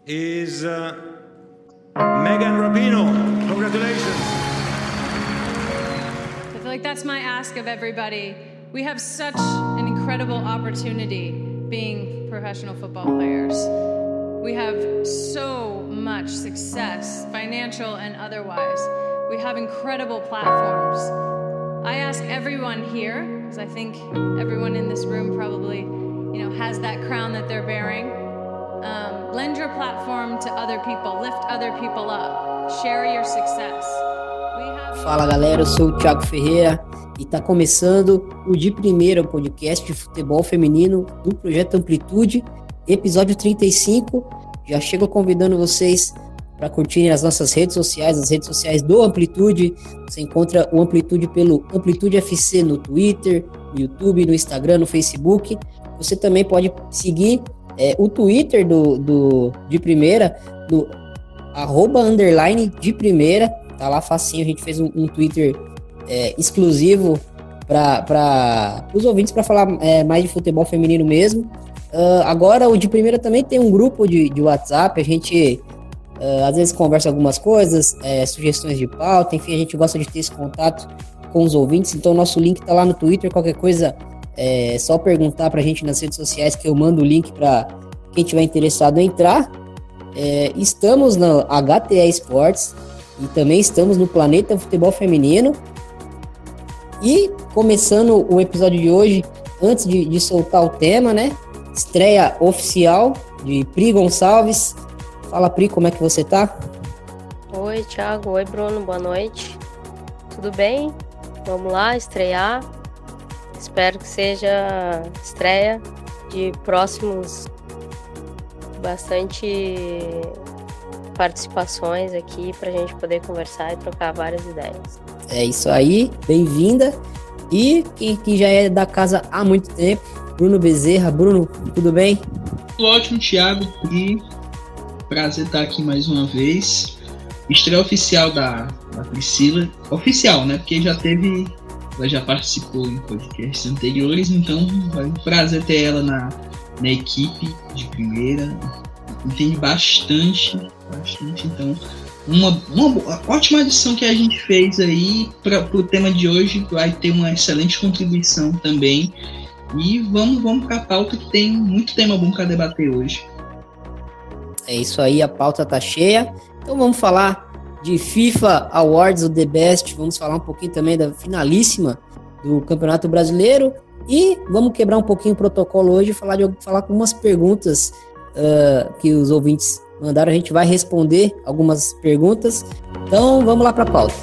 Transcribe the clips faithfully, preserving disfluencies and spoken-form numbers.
is uh, Megan Rapinoe. Congratulations. I feel like that's my ask of everybody. We have such an incredible opportunity being professional football players. We have so much success, financial and otherwise. We have incredible platforms. I ask everyone here, because I think everyone in this room probably, you know, has that crown that they're bearing. Um, lend your platform to other people, lift other people up, share your success. We have... Fala galera, eu sou o Thiago Ferreira e está começando o De Primeira, o podcast de futebol feminino do Projeto Amplitude, episódio trinta e cinco. Já chego convidando vocês para curtirem as nossas redes sociais, as redes sociais do Amplitude. Você encontra o Amplitude pelo Amplitude F C no Twitter, no YouTube, no Instagram, no Facebook. Você também pode seguir é, o Twitter do, do De Primeira, do arroba underline de primeira. Tá lá facinho, a gente fez um, um Twitter é, exclusivo para os ouvintes para falar é, mais de futebol feminino mesmo. Uh, agora o De Primeira também tem um grupo de, de WhatsApp, a gente uh, às vezes conversa algumas coisas, é, sugestões de pauta, enfim, a gente gosta de ter esse contato com os ouvintes, então o nosso link tá lá no Twitter, qualquer coisa é só perguntar pra gente nas redes sociais que eu mando o link para quem tiver interessado em entrar. É, estamos na H T E Sports e também estamos no Planeta Futebol Feminino. E começando o episódio de hoje, antes de, de soltar o tema, né? Estreia oficial de Pri Gonçalves. Fala, Pri, como é que você tá? Oi, Thiago. Oi, Bruno. Boa noite. Tudo bem? Vamos lá, estrear. Espero que seja estreia de próximos bastante participações aqui pra gente poder conversar e trocar várias ideias. É isso aí, bem-vinda. E quem que já é da casa há muito tempo, Bruno Bezerra. Bruno, tudo bem? Tudo ótimo, Thiago. E prazer estar aqui mais uma vez. Estreia oficial da, da Priscila. Oficial, né? Porque já teve... Ela já participou em podcasts anteriores, então é um prazer ter ela na, na equipe de primeira. Entende bastante, bastante. Então, uma, uma ótima adição que a gente fez aí para o tema de hoje. Vai ter uma excelente contribuição também. E vamos, vamos para a pauta, que tem muito tema bom para debater hoje. É isso aí, a pauta tá cheia. Então vamos falar de FIFA Awards, o The Best. Vamos falar um pouquinho também da finalíssima do Campeonato Brasileiro. E vamos quebrar um pouquinho o protocolo hoje e falar, de, falar com umas perguntas uh, que os ouvintes mandaram. A gente vai responder algumas perguntas. Então vamos lá para a pauta.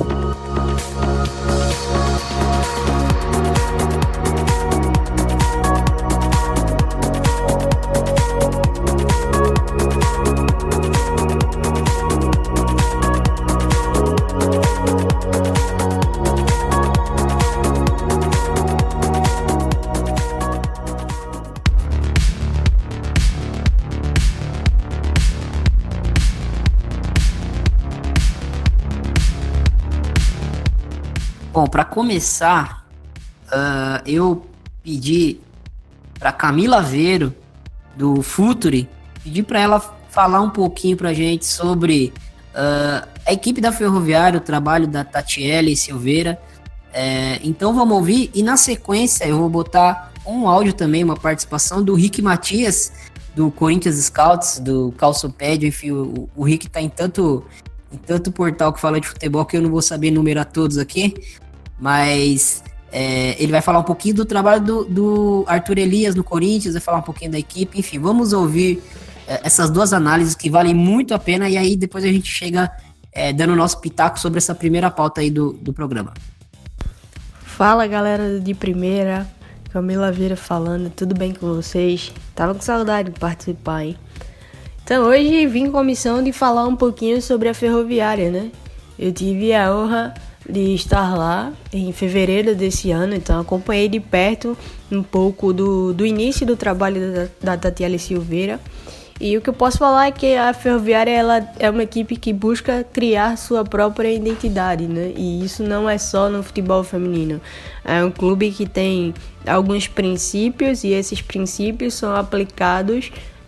Bom, para começar, uh, eu pedi para Camila Aveiro, do Futuri, pedi para ela falar um pouquinho para a gente sobre uh, a equipe da Ferroviária, o trabalho da Tatiele Silveira. É, então vamos ouvir, e na sequência eu vou botar um áudio também, uma participação do Rick Matias, do Corinthians Scouts, do Calçopédio. Enfim, o, o Rick está em tanto, em tanto portal que fala de futebol que eu não vou saber enumerar todos aqui. Mas é, ele vai falar um pouquinho do trabalho do, do Arthur Elias no Corinthians, vai falar um pouquinho da equipe. Enfim, vamos ouvir é, essas duas análises que valem muito a pena, e aí depois a gente chega é, dando o nosso pitaco sobre essa primeira pauta aí do, do programa. Fala galera de primeira, Camila Aveiro falando, tudo bem com vocês? Tava com saudade de participar, hein? Então hoje vim com a missão de falar um pouquinho sobre a Ferroviária, né? Eu tive a honra de estar lá em fevereiro desse ano, então acompanhei de perto um pouco do, do início do trabalho da, da Tatiele Silveira. E o que eu posso falar é que a Ferroviária ela é uma equipe que busca criar sua própria identidade, né? E isso não é só no futebol feminino. É um clube que tem alguns princípios e esses princípios são aplicados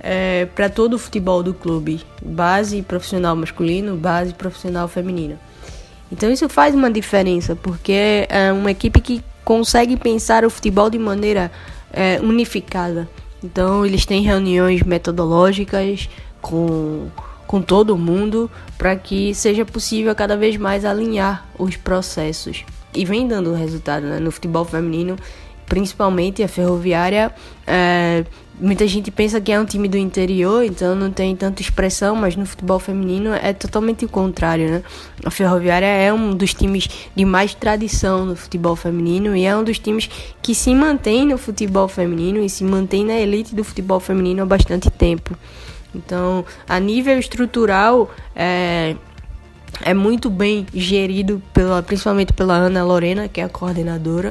é, para todo o futebol do clube, base profissional masculino, base profissional feminina. Então isso faz uma diferença, porque é uma equipe que consegue pensar o futebol de maneira é, unificada. Então eles têm reuniões metodológicas com, com todo mundo para que seja possível cada vez mais alinhar os processos. E vem dando resultado, né? No futebol feminino, principalmente a Ferroviária. É, muita gente pensa que é um time do interior, então não tem tanta expressão, mas no futebol feminino é totalmente o contrário, né? A Ferroviária é um dos times de mais tradição no futebol feminino e é um dos times que se mantém no futebol feminino e se mantém na elite do futebol feminino há bastante tempo. Então, a nível estrutural, é, é muito bem gerido, pela, principalmente pela Ana Lorena, que é a coordenadora,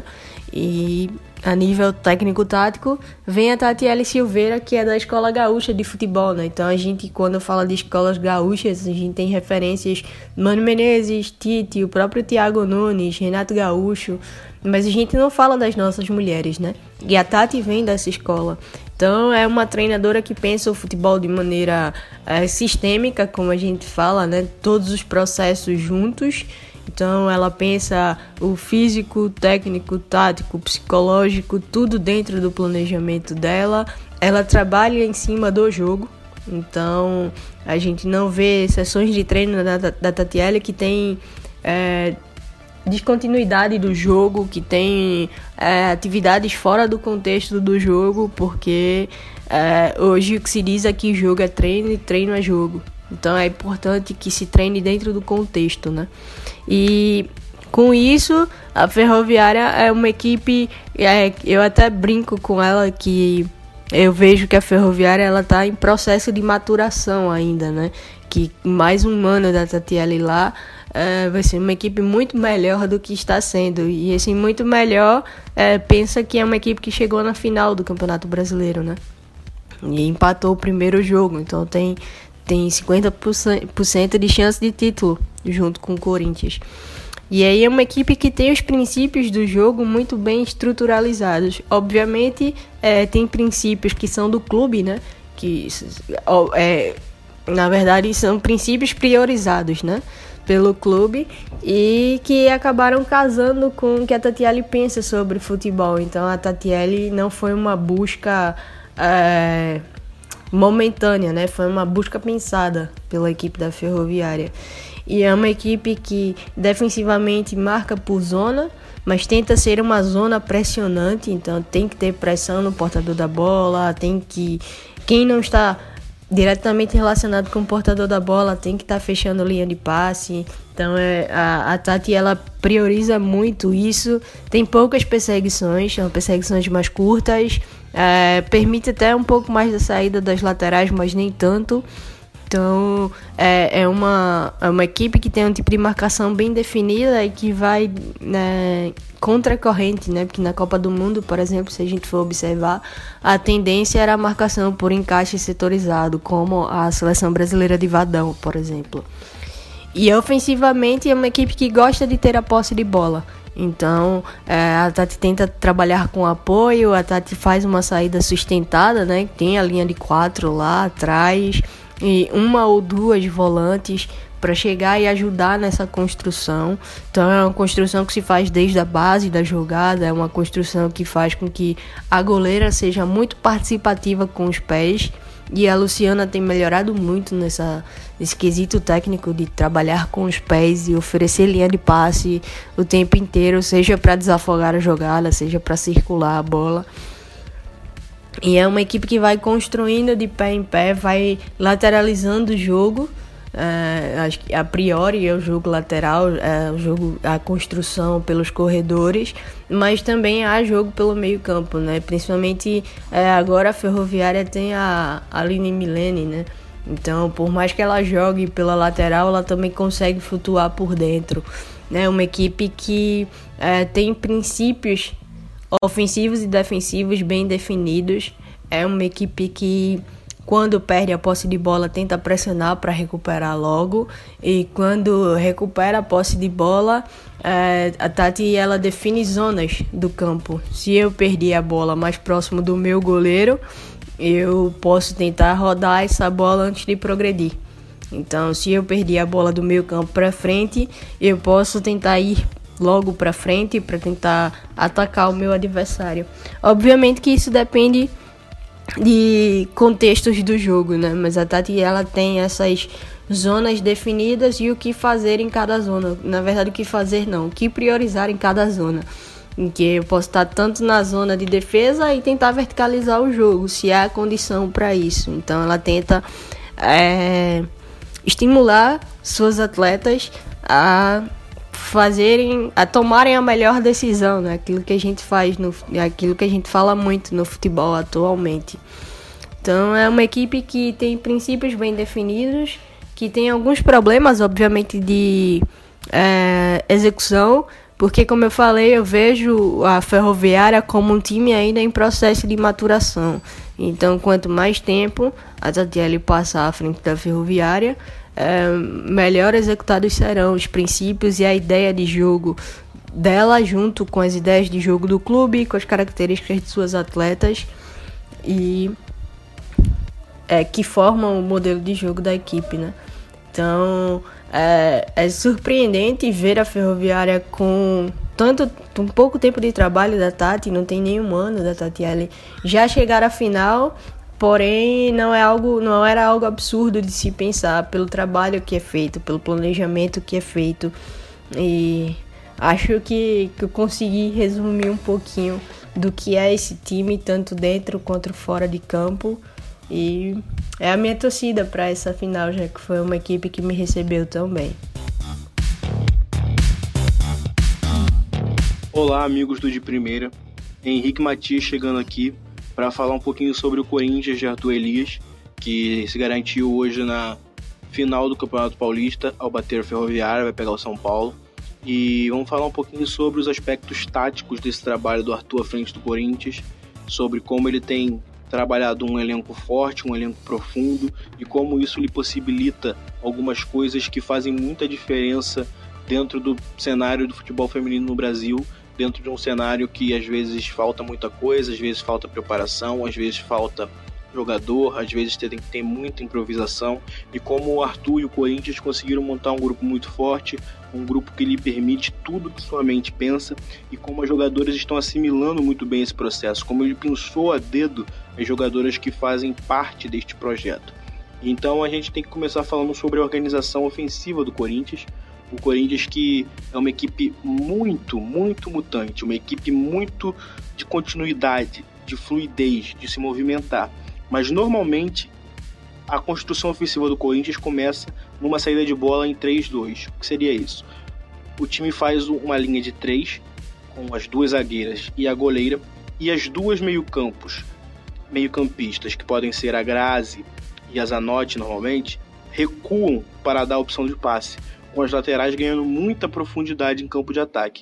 e a nível técnico-tático, vem a Tatiele Silveira, que é da Escola Gaúcha de Futebol, né? Então, a gente, quando fala de escolas gaúchas, a gente tem referências Mano Menezes, Tite, o próprio Thiago Nunes, Renato Gaúcho, mas a gente não fala das nossas mulheres, né? E a Tati vem dessa escola. Então, é uma treinadora que pensa o futebol de maneira é, sistêmica, como a gente fala, né? Todos os processos juntos. Então, ela pensa o físico, técnico, tático, psicológico, tudo dentro do planejamento dela. Ela trabalha em cima do jogo. Então, a gente não vê sessões de treino da, da Tatiele que tem é, descontinuidade do jogo, que tem é, atividades fora do contexto do jogo, porque é, hoje o que se diz é que jogo é treino e treino é jogo. Então é importante que se treine dentro do contexto, né? E com isso, a Ferroviária é uma equipe, é, eu até brinco com ela que eu vejo que a Ferroviária ela está em processo de maturação ainda, né? Que mais um ano da Tatiele lá é, vai ser uma equipe muito melhor do que está sendo. E esse muito melhor é, pensa que é uma equipe que chegou na final do Campeonato Brasileiro, né? E empatou o primeiro jogo, então tem... tem cinquenta por cento de chance de título junto com o Corinthians. E aí é uma equipe que tem os princípios do jogo muito bem estruturalizados. Obviamente, é, tem princípios que são do clube, né? Que, é, na verdade, são princípios priorizados, né? Pelo clube e que acabaram casando com o que a Tatiele pensa sobre futebol. Então, a Tatiele não foi uma busca... É, momentânea, né? Foi uma busca pensada pela equipe da Ferroviária. E é uma equipe que defensivamente marca por zona, mas tenta ser uma zona pressionante, então tem que ter pressão no portador da bola, tem que... Quem não está diretamente relacionado com o portador da bola tem que estar fechando linha de passe. Então é, a, a Tati ela prioriza muito isso, tem poucas perseguições, são perseguições mais curtas, é, permite até um pouco mais da saída das laterais, mas nem tanto. Então é, é, uma, é uma equipe que tem um tipo de marcação bem definida e que vai, né, contra a corrente, né? Porque na Copa do Mundo, por exemplo, se a gente for observar, a tendência era a marcação por encaixe setorizado, como a seleção brasileira de Vadão, por exemplo. E ofensivamente é uma equipe que gosta de ter a posse de bola. Então é, a Tati tenta trabalhar com apoio, a Tati faz uma saída sustentada, né? Tem a linha de quatro lá atrás e uma ou duas volantes para chegar e ajudar nessa construção. Então é uma construção que se faz desde a base da jogada, é uma construção que faz com que a goleira seja muito participativa com os pés, e a Luciana tem melhorado muito nessa, nesse quesito técnico de trabalhar com os pés e oferecer linha de passe o tempo inteiro, seja para desafogar a jogada, seja para circular a bola. E é uma equipe que vai construindo de pé em pé, vai lateralizando o jogo. É, acho que a priori é o jogo lateral, é o jogo, a construção pelos corredores, mas também há jogo pelo meio campo, né? Principalmente é, agora a Ferroviária tem a Aline Milene, né? Então, por mais que ela jogue pela lateral, ela também consegue flutuar por dentro. É, né? Uma equipe que é, tem princípios ofensivos e defensivos bem definidos. É uma equipe que, quando perde a posse de bola, tenta pressionar para recuperar logo. E quando recupera a posse de bola, é, a Tati ela define zonas do campo. Se eu perdi a bola mais próximo do meu goleiro, eu posso tentar rodar essa bola antes de progredir. Então, se eu perder a bola do meio campo para frente, eu posso tentar ir logo para frente para tentar atacar o meu adversário. Obviamente que isso depende de contextos do jogo, né? Mas a Tati, ela tem essas zonas definidas e o que fazer em cada zona. Na verdade, o que fazer não, o que priorizar em cada zona. Em que eu posso estar tanto na zona de defesa e tentar verticalizar o jogo, se há condição para isso. Então, ela tenta é, estimular suas atletas a fazerem, a tomarem a melhor decisão, né? Aquilo que a gente faz, no, aquilo que a gente fala muito no futebol atualmente. Então é uma equipe que tem princípios bem definidos, que tem alguns problemas, obviamente, de é, execução, porque, como eu falei, eu vejo a Ferroviária como um time ainda em processo de maturação. Então, quanto mais tempo a Tatiele passar à frente da Ferroviária, É, melhor executados serão os princípios e a ideia de jogo dela, junto com as ideias de jogo do clube, com as características de suas atletas e é, que formam o modelo de jogo da equipe, né? Então é, é surpreendente ver a Ferroviária com tanto um pouco tempo de trabalho da Tati, não tem nenhum ano da Tatiele, já chegar à final. Porém, não, é algo, não era algo absurdo de se pensar pelo trabalho que é feito, pelo planejamento que é feito. E acho que, que eu consegui resumir um pouquinho do que é esse time, tanto dentro quanto fora de campo. E é a minha torcida para essa final, já que foi uma equipe que me recebeu tão bem. Olá, amigos do De Primeira. Henrique Matias chegando aqui para falar um pouquinho sobre o Corinthians de Arthur Elias, que se garantiu hoje na final do Campeonato Paulista ao bater a Ferroviária, vai pegar o São Paulo. E vamos falar um pouquinho sobre os aspectos táticos desse trabalho do Arthur à frente do Corinthians, sobre como ele tem trabalhado um elenco forte, um elenco profundo, e como isso lhe possibilita algumas coisas que fazem muita diferença dentro do cenário do futebol feminino no Brasil, dentro de um cenário que às vezes falta muita coisa, às vezes falta preparação, às vezes falta jogador, às vezes tem que ter muita improvisação, e como o Arthur e o Corinthians conseguiram montar um grupo muito forte, um grupo que lhe permite tudo que sua mente pensa, e como as jogadoras estão assimilando muito bem esse processo, como ele pensou a dedo as jogadoras que fazem parte deste projeto. Então a gente tem que começar falando sobre a organização ofensiva do Corinthians. O Corinthians, que é uma equipe muito, muito mutante, uma equipe muito de continuidade, de fluidez, de se movimentar. Mas normalmente a construção ofensiva do Corinthians começa numa saída de bola em três dois. O que seria isso? O time faz uma linha de três, com as duas zagueiras e a goleira, e as duas meio-campos, meio-campistas, que podem ser a Grazi e a Zanotti normalmente, recuam para dar a opção de passe, com as laterais ganhando muita profundidade em campo de ataque.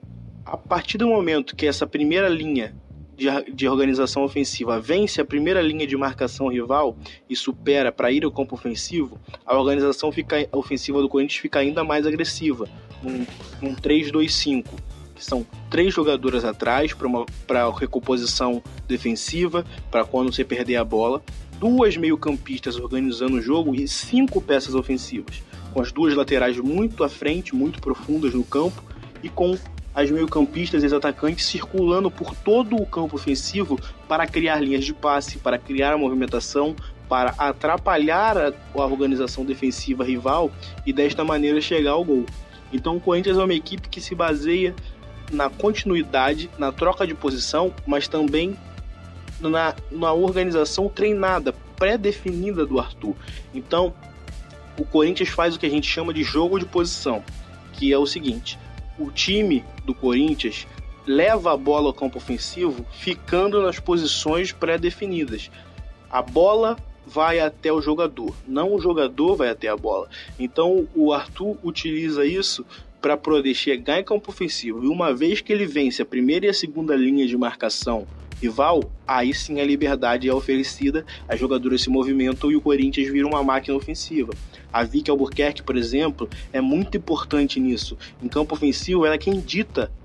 A partir do momento que essa primeira linha de, de organização ofensiva vence a primeira linha de marcação rival e supera para ir ao campo ofensivo, a organização fica, a ofensiva do Corinthians fica ainda mais agressiva, num, num três dois cinco, que são três jogadoras atrás para a recomposição defensiva, para quando você perder a bola, duas meio-campistas organizando o jogo e cinco peças ofensivas, com as duas laterais muito à frente, muito profundas no campo, e com as meio-campistas e os atacantes circulando por todo o campo ofensivo para criar linhas de passe, para criar a movimentação, para atrapalhar a, a organização defensiva rival e desta maneira chegar ao gol. Então o Corinthians é uma equipe que se baseia na continuidade, na troca de posição, mas também na, na organização treinada, pré-definida do Arthur. Então o Corinthians faz o que a gente chama de jogo de posição, que é o seguinte: o time do Corinthians leva a bola ao campo ofensivo ficando nas posições pré-definidas. A bola vai até o jogador, não o jogador vai até a bola. Então o Arthur utiliza isso para poder chegar em campo ofensivo, e uma vez que ele vence a primeira e a segunda linha de marcação rival, aí sim a liberdade é oferecida, as jogadoras se movimentam e o Corinthians vira uma máquina ofensiva. A Vicky Albuquerque, por exemplo, é muito importante nisso. Em campo ofensivo, ela é quem dita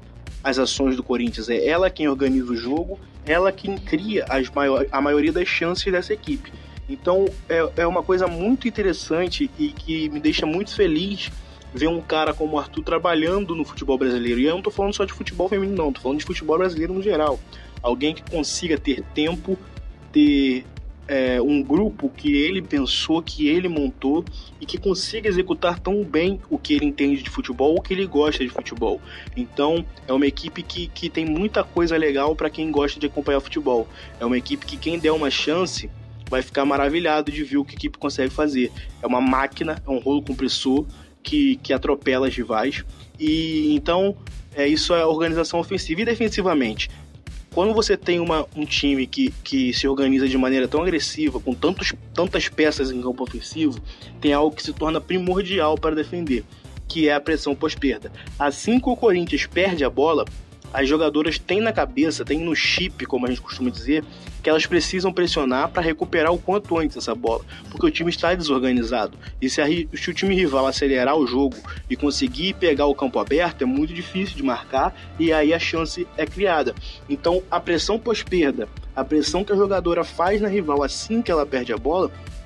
as ações do Corinthians, é ela quem organiza o jogo, ela quem cria as maior, a maioria das chances dessa equipe. Então é, é uma coisa muito interessante e que me deixa muito feliz ver um cara como o Arthur trabalhando no futebol brasileiro. E eu não tô falando só de futebol feminino, não, tô falando de futebol brasileiro no geral. Alguém que consiga ter tempo, ter é, um grupo que ele pensou, que ele montou e que consiga executar tão bem o que ele entende de futebol, o que ele gosta de futebol. Então é uma equipe que, que tem muita coisa legal para quem gosta de acompanhar futebol. É uma equipe que quem der uma chance vai ficar maravilhado de ver o que a equipe consegue fazer. É uma máquina, é um rolo compressor que, que atropela as rivais. E então é, isso é organização ofensiva. E defensivamente, quando você tem uma, um time que, que se organiza de maneira tão agressiva, com tantos, tantas peças em campo ofensivo, tem algo que se torna primordial para defender, que é a pressão pós-perda. Assim que o Corinthians perde a bola, as jogadoras têm na cabeça, têm no chip, como a gente costuma dizer, que elas precisam pressionar para recuperar o quanto antes essa bola, porque o time está desorganizado. E se, a, se o time rival acelerar o jogo e conseguir pegar o campo aberto, é muito difícil de marcar e aí a chance é criada. Então a pressão pós-perda, a pressão que a jogadora faz na rival assim que ela perde a bola,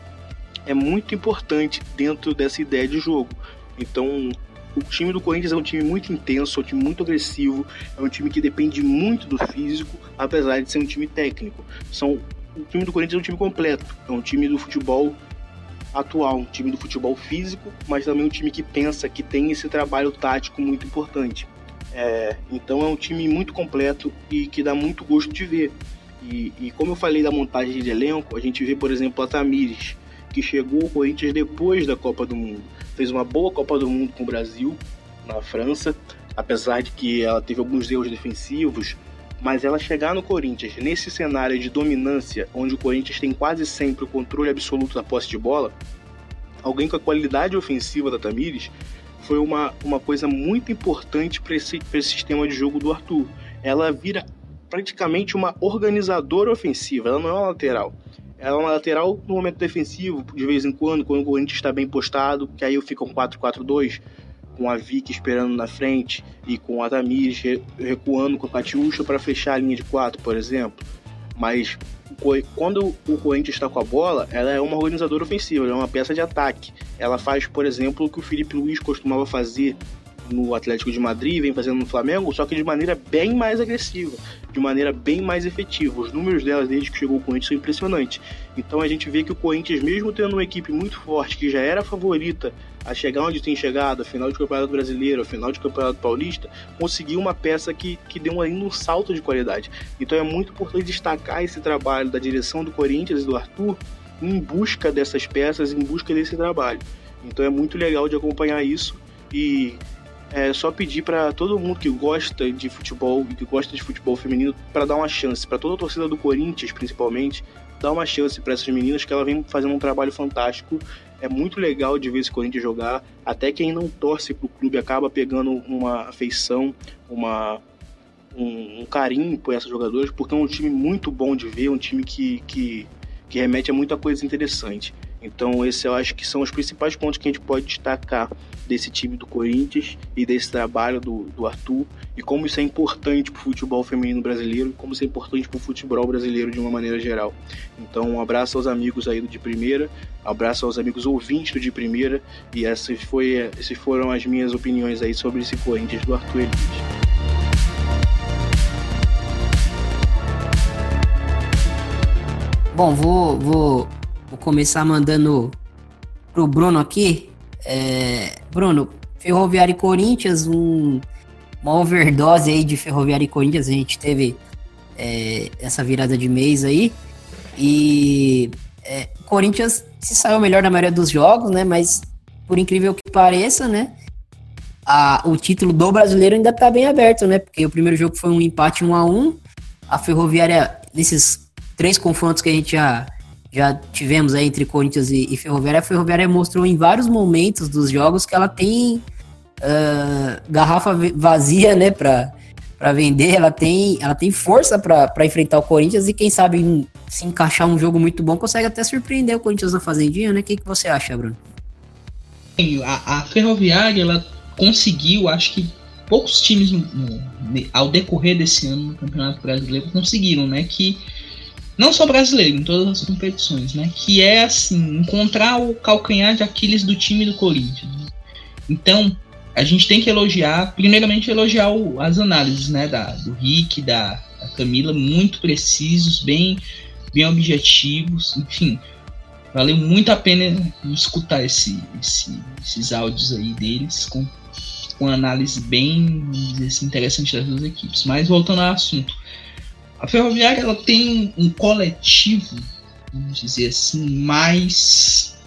é muito importante dentro dessa ideia de jogo. Então o time do Corinthians é um time muito intenso, é um time muito agressivo, é um time que depende muito do físico, apesar de ser um time técnico. São, o time do Corinthians é um time completo, é um time do futebol atual, um time do futebol físico, mas também um time que pensa, que tem esse trabalho tático muito importante. É, então é um time muito completo e que dá muito gosto de ver. E, e como eu falei da montagem de elenco, a gente vê, por exemplo, a Tamires, que chegou ao Corinthians depois da Copa do Mundo. Fez uma boa Copa do Mundo com o Brasil, na França, apesar de que ela teve alguns erros defensivos, mas ela chegar no Corinthians, nesse cenário de dominância, onde o Corinthians tem quase sempre o controle absoluto da posse de bola, alguém com a qualidade ofensiva da Tamires, foi uma, uma coisa muito importante para esse, para esse sistema de jogo do Arthur. Ela vira praticamente uma organizadora ofensiva, ela não é uma lateral. Ela é uma lateral no momento defensivo, de vez em quando, quando o Corinthians está bem postado, que aí fica um quatro quatro dois, com a Vicky esperando na frente e com a Tamires recuando com a Catiúcha para fechar a linha de quatro, por exemplo. Mas quando o Corinthians está com a bola, ela é uma organizadora ofensiva, ela é uma peça de ataque. Ela faz, por exemplo, o que o Felipe Luiz costumava fazer no Atlético de Madrid, vem fazendo no Flamengo, só que de maneira bem mais agressiva, de maneira bem mais efetiva. Os números dela desde que chegou ao Corinthians são impressionantes. Então a gente vê que o Corinthians, mesmo tendo uma equipe muito forte, que já era a favorita a chegar onde tem chegado, a final de Campeonato Brasileiro, a final de Campeonato Paulista, conseguiu uma peça que, que deu ainda um salto de qualidade. Então é muito importante destacar esse trabalho da direção do Corinthians e do Arthur em busca dessas peças, em busca desse trabalho. Então é muito legal de acompanhar isso e é só pedir para todo mundo que gosta de futebol e que gosta de futebol feminino para dar uma chance, para toda a torcida do Corinthians principalmente, dar uma chance para essas meninas, que ela vem fazendo um trabalho fantástico. É muito legal de ver esse Corinthians jogar, até quem não torce pro clube acaba pegando uma afeição, uma, um, um carinho por essas jogadoras, porque é um time muito bom de ver, um time que, que, que remete a muita coisa interessante. Então esse eu acho que são os principais pontos que a gente pode destacar desse time do Corinthians e desse trabalho do, do Arthur, e como isso é importante para o futebol feminino brasileiro, e como isso é importante para o futebol brasileiro de uma maneira geral. Então um abraço aos amigos aí do De Primeira, um abraço aos amigos ouvintes do De Primeira, e essas, foi, essas foram as minhas opiniões aí sobre esse Corinthians do Arthur Elias. Bom, vou, vou, vou começar mandando pro Bruno aqui. É, Bruno, Ferroviária e Corinthians, um, uma overdose aí de Ferroviária e Corinthians. A gente teve é, essa virada de mês aí. E é, Corinthians se saiu melhor na maioria dos jogos, né? Mas por incrível que pareça, né? A, o título do brasileiro ainda tá bem aberto, né? Porque o primeiro jogo foi um empate um a um. A Ferroviária, nesses três confrontos que a gente já, já tivemos aí entre Corinthians e, e Ferroviária, a Ferroviária mostrou em vários momentos dos jogos que ela tem uh, garrafa vazia, né, pra, pra vender, ela tem, ela tem força pra, pra enfrentar o Corinthians e quem sabe se encaixar um jogo muito bom, consegue até surpreender o Corinthians na Fazendinha, né? O que, que você acha, Bruno? A, a Ferroviária, ela conseguiu, acho que poucos times no, no, ao decorrer desse ano no Campeonato Brasileiro conseguiram, né? Que não só brasileiro, em todas as competições, né? Que é assim, encontrar o calcanhar de Aquiles do time do Corinthians. Né? Então, a gente tem que elogiar, primeiramente elogiar o, as análises, né? Da, do Rick, da, da Camila, muito precisos, bem, bem objetivos, enfim. Valeu muito a pena escutar esse, esse, esses áudios aí deles, com, com análise bem, vamos dizer assim, interessante das duas equipes. Mas voltando ao assunto, a Ferroviária ela tem um coletivo, vamos dizer assim, mais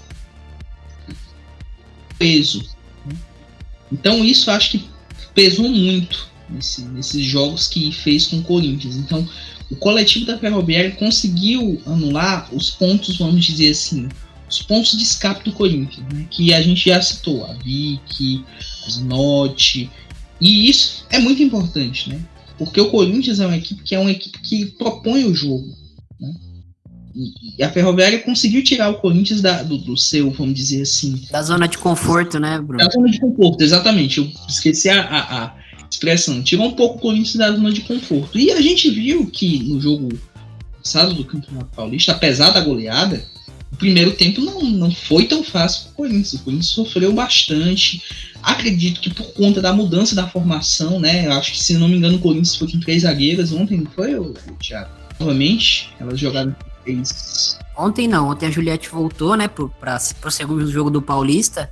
peso. Né? Então isso acho que pesou muito nesse, nesses jogos que fez com o Corinthians. Então o coletivo da Ferroviária conseguiu anular os pontos, vamos dizer assim, os pontos de escape do Corinthians, né? Que a gente já citou, a Vicky, a Znotti, e isso é muito importante, né? Porque o Corinthians é uma equipe que é uma equipe que propõe o jogo, né? E a Ferroviária conseguiu tirar o Corinthians da, do, do seu, vamos dizer assim... Da zona de conforto, né, Bruno? Da zona de conforto, exatamente. Eu esqueci a, a, a expressão. Tirou um pouco o Corinthians da zona de conforto. E a gente viu que no jogo passado do Campeonato Paulista, apesar da goleada, o primeiro tempo não, não foi tão fácil para o Corinthians. O Corinthians sofreu bastante. Acredito que por conta da mudança da formação, né? Eu acho que, se não me engano, o Corinthians foi com três zagueiras ontem, não foi, Thiago? Novamente, elas jogaram com três. Ontem não, ontem a Juliette voltou, né, para o segundo jogo do Paulista.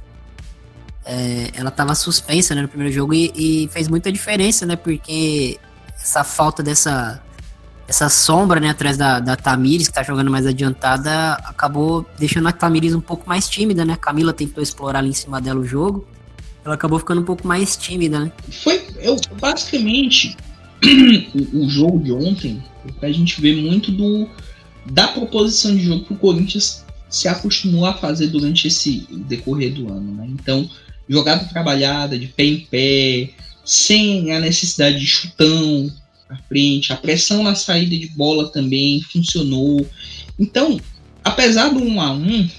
É, ela estava suspensa, né, no primeiro jogo e, e fez muita diferença, né? Porque essa falta dessa essa sombra, né, atrás da, da Tamires, que tá jogando mais adiantada, acabou deixando a Tamires um pouco mais tímida, né? A Camila tentou explorar ali em cima dela o jogo. Ela acabou ficando um pouco mais tímida, né? Foi, eu, basicamente, o, o jogo de ontem, a gente vê muito do, da proposição de jogo que o Corinthians se acostumou a fazer durante esse decorrer do ano, né? Então, jogada trabalhada, de pé em pé, sem a necessidade de chutão à frente, a pressão na saída de bola também funcionou. Então, apesar do um a um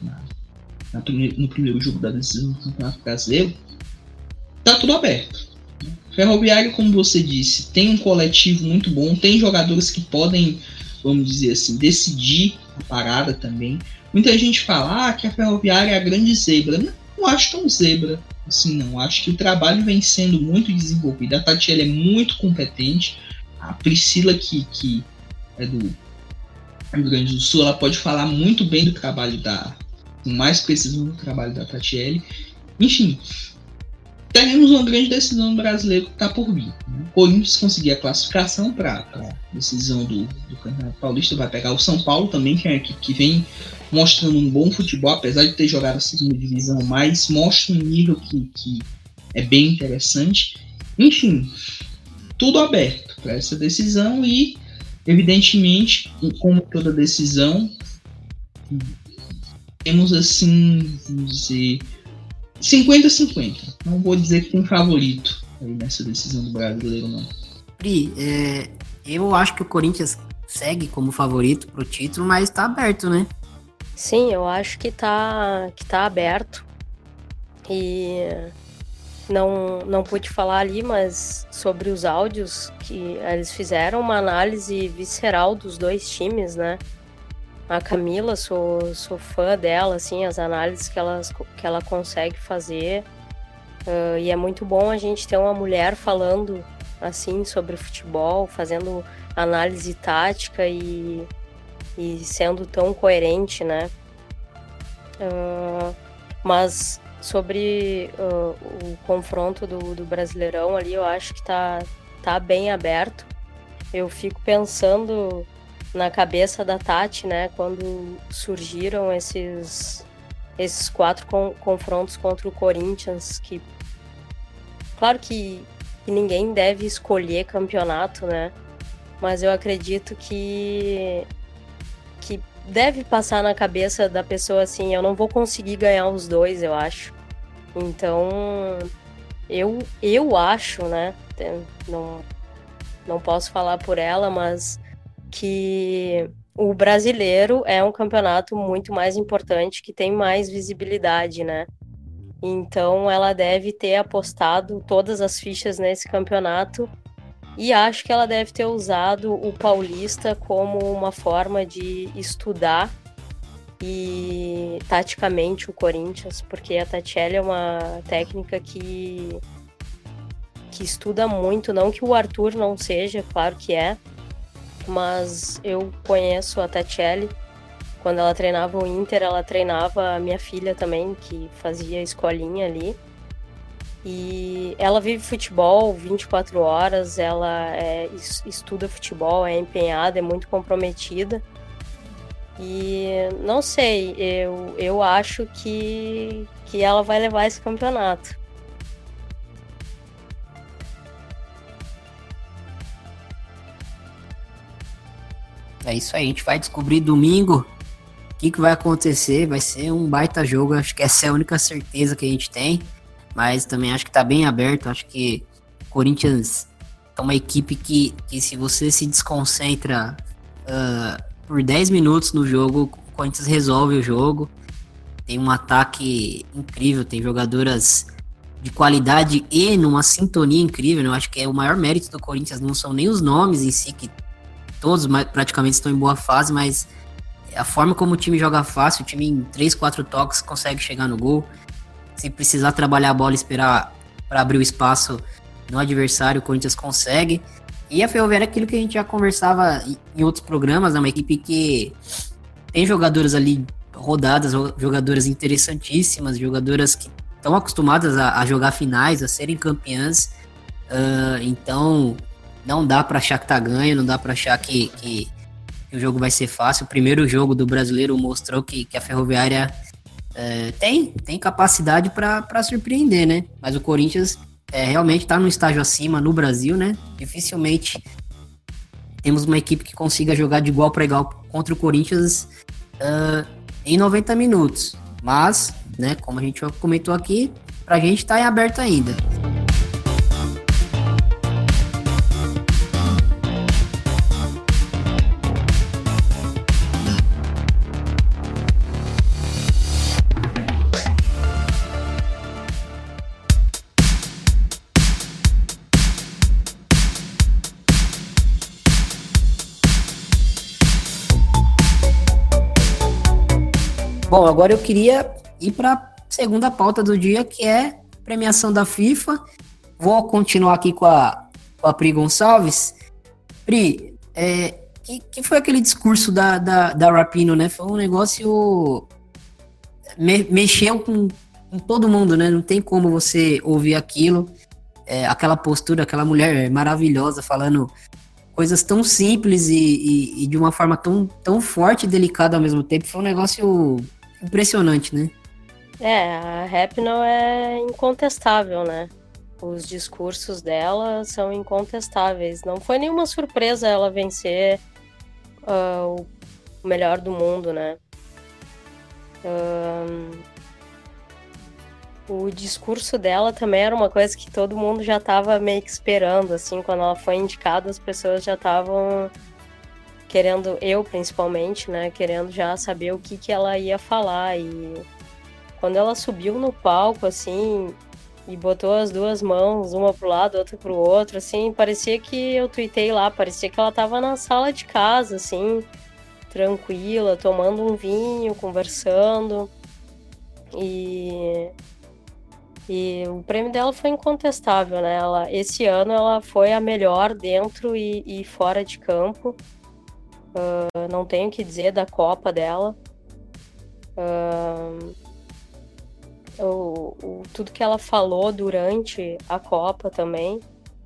na primeiro, no primeiro jogo da decisão do Campeonato Brasileiro, tá tudo aberto. Ferroviário, como você disse, tem um coletivo muito bom, tem jogadores que podem, vamos dizer assim, decidir a parada também. Muita gente fala ah, que a Ferroviária é a grande zebra. Não, não acho tão zebra assim, não. Acho que o trabalho vem sendo muito desenvolvido. A Tatiele é muito competente. A Priscila, que, que é do Rio Grande do Sul, ela pode falar muito bem do trabalho da... com mais precisão do trabalho da Tatiele. Enfim, teremos uma grande decisão brasileira que está por vir. Né? O Corinthians conseguir a classificação para a decisão do, do Campeonato Paulista, vai pegar o São Paulo também, que é uma equipe que vem mostrando um bom futebol, apesar de ter jogado a segunda divisão, mas mostra um nível que, que é bem interessante. Enfim, tudo aberto para essa decisão e, evidentemente, como toda decisão, temos assim, vamos dizer, cinquenta a cinquenta. Não vou dizer que tem favorito aí nessa decisão do brasileiro, não. Pri, é, eu acho que o Corinthians segue como favorito pro título, mas tá aberto, né? Sim, eu acho que tá, que tá aberto. E não, não pude falar ali, mas sobre os áudios que eles fizeram uma análise visceral dos dois times, né? A Camila, sou, sou fã dela, assim, as análises que, elas, que ela consegue fazer. Uh, e é muito bom a gente ter uma mulher falando, assim, sobre futebol, fazendo análise tática e, e sendo tão coerente, né? Uh, mas sobre uh, o confronto do, do Brasileirão ali, eu acho que tá, tá bem aberto. Eu fico pensando na cabeça da Tati, né, quando surgiram esses, esses quatro con- confrontos contra o Corinthians, que claro que, que ninguém deve escolher campeonato, né, mas eu acredito que, que deve passar na cabeça da pessoa assim, eu não vou conseguir ganhar os dois, eu acho. Então, eu, eu acho, né, não, não posso falar por ela, mas que o brasileiro é um campeonato muito mais importante, que tem mais visibilidade, né? Então ela deve ter apostado todas as fichas nesse campeonato e acho que ela deve ter usado o Paulista como uma forma de estudar e taticamente o Corinthians, porque a Tatiele é uma técnica que, que estuda muito, não que o Arthur não seja, claro que é, mas eu conheço a Tatiele. Quando ela treinava o Inter, ela treinava a minha filha também, que fazia escolinha ali. E ela vive futebol vinte e quatro horas, ela é, estuda futebol, é empenhada, é muito comprometida. E não sei, eu, eu acho que, que ela vai levar esse campeonato. É isso aí, a gente vai descobrir domingo o que, que vai acontecer. Vai ser um baita jogo, acho que essa é a única certeza que a gente tem. Mas também acho que tá bem aberto. Acho que o Corinthians é uma equipe que, que se você se desconcentra uh, por dez minutos no jogo, o Corinthians resolve o jogo. Tem um ataque incrível, tem jogadoras de qualidade e numa sintonia incrível. Eu acho que é o maior mérito do Corinthians, não são nem os nomes em si, que todos praticamente estão em boa fase, mas a forma como o time joga fácil, o time em três, quatro toques consegue chegar no gol. Se precisar trabalhar a bola e esperar para abrir o espaço no adversário, o Corinthians consegue. E a Ferroviária é aquilo que a gente já conversava em outros programas, é uma equipe que tem jogadoras ali rodadas, jogadoras interessantíssimas, jogadoras que estão acostumadas a, a jogar finais, a serem campeãs. Uh, então, não dá para achar que tá ganho, não dá para achar que, que, que o jogo vai ser fácil. O primeiro jogo do Brasileiro mostrou que, que a Ferroviária uh, tem, tem capacidade para surpreender, né? Mas o Corinthians é, realmente tá num estágio acima no Brasil, né? Dificilmente temos uma equipe que consiga jogar de igual para igual contra o Corinthians uh, em noventa minutos. Mas, né, como a gente já comentou aqui, pra gente tá em aberto ainda. Bom, agora eu queria ir para a segunda pauta do dia, que é premiação da FIFA. Vou continuar aqui com a, com a Pri Gonçalves. Pri, é, que, que foi aquele discurso da, da, da Rapinoe, né? Foi um negócio... Me, mexeu com, com todo mundo, né? Não tem como você ouvir aquilo. É, aquela postura, aquela mulher maravilhosa falando coisas tão simples e, e, e de uma forma tão, tão forte e delicada ao mesmo tempo. Foi um negócio... impressionante, né? É, a Rapinoe é incontestável, né? Os discursos dela são incontestáveis. Não foi nenhuma surpresa ela vencer uh, o melhor do mundo, né? Um, o discurso dela também era uma coisa que todo mundo já estava meio que esperando, assim, quando ela foi indicada, as pessoas já estavam querendo, eu principalmente, né, querendo já saber o que que ela ia falar. E quando ela subiu no palco, assim, e botou as duas mãos, uma pro lado, outra pro outro, assim, parecia que, eu tuitei lá, parecia que ela tava na sala de casa, assim, tranquila, tomando um vinho, conversando. E, e o prêmio dela foi incontestável, né? Ela, esse ano ela foi a melhor dentro e, e fora de campo. Uh, não tenho o que dizer da Copa dela. Uh, o, o, tudo que ela falou durante a Copa também.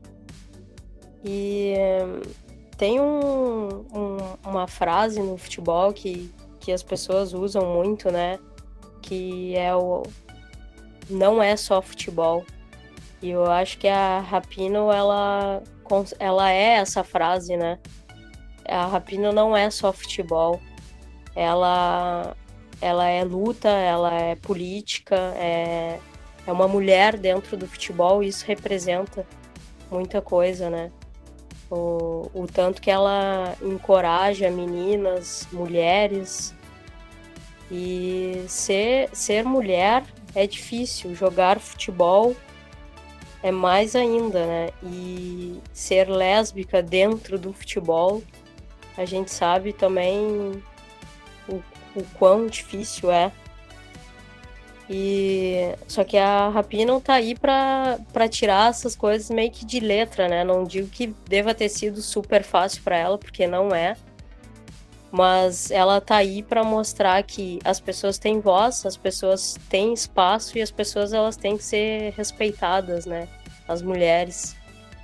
E um, tem um, um, uma frase no futebol que, que as pessoas usam muito, né? Que é o não é só futebol. E eu acho que a Rapinoe, ela, ela é essa frase, né? A Rapinoe não é só futebol, ela, ela é luta, ela é política, é, é uma mulher dentro do futebol, e isso representa muita coisa, né? O, o tanto que ela encoraja meninas, mulheres, e ser, ser mulher é difícil. Jogar futebol é mais ainda, né? E ser lésbica dentro do futebol, a gente sabe também o, o quão difícil é. E só que a Rapinoe tá aí pra, pra tirar essas coisas meio que de letra, né? Não digo que deva ter sido super fácil pra ela, porque não é. Mas ela tá aí pra mostrar que as pessoas têm voz, as pessoas têm espaço e as pessoas elas têm que ser respeitadas, né? As mulheres.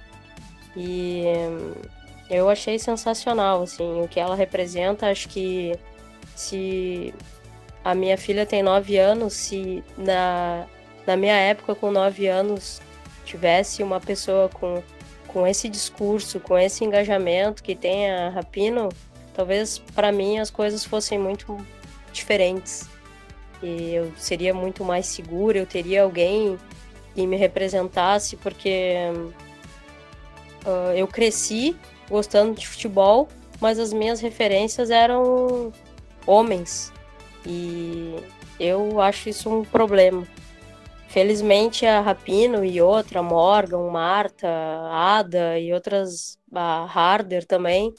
E eu achei sensacional, assim, o que ela representa. Acho que se a minha filha tem nove anos, se na, na minha época, com nove anos, tivesse uma pessoa com, com esse discurso, com esse engajamento que tem a Rapinoe, talvez para mim as coisas fossem muito diferentes. E eu seria muito mais segura, eu teria alguém que me representasse, porque uh, eu cresci gostando de futebol, mas as minhas referências eram homens. E eu acho isso um problema. Felizmente a Rapinoe e outra, Morgan, Marta, Ada e outras, a Harder também,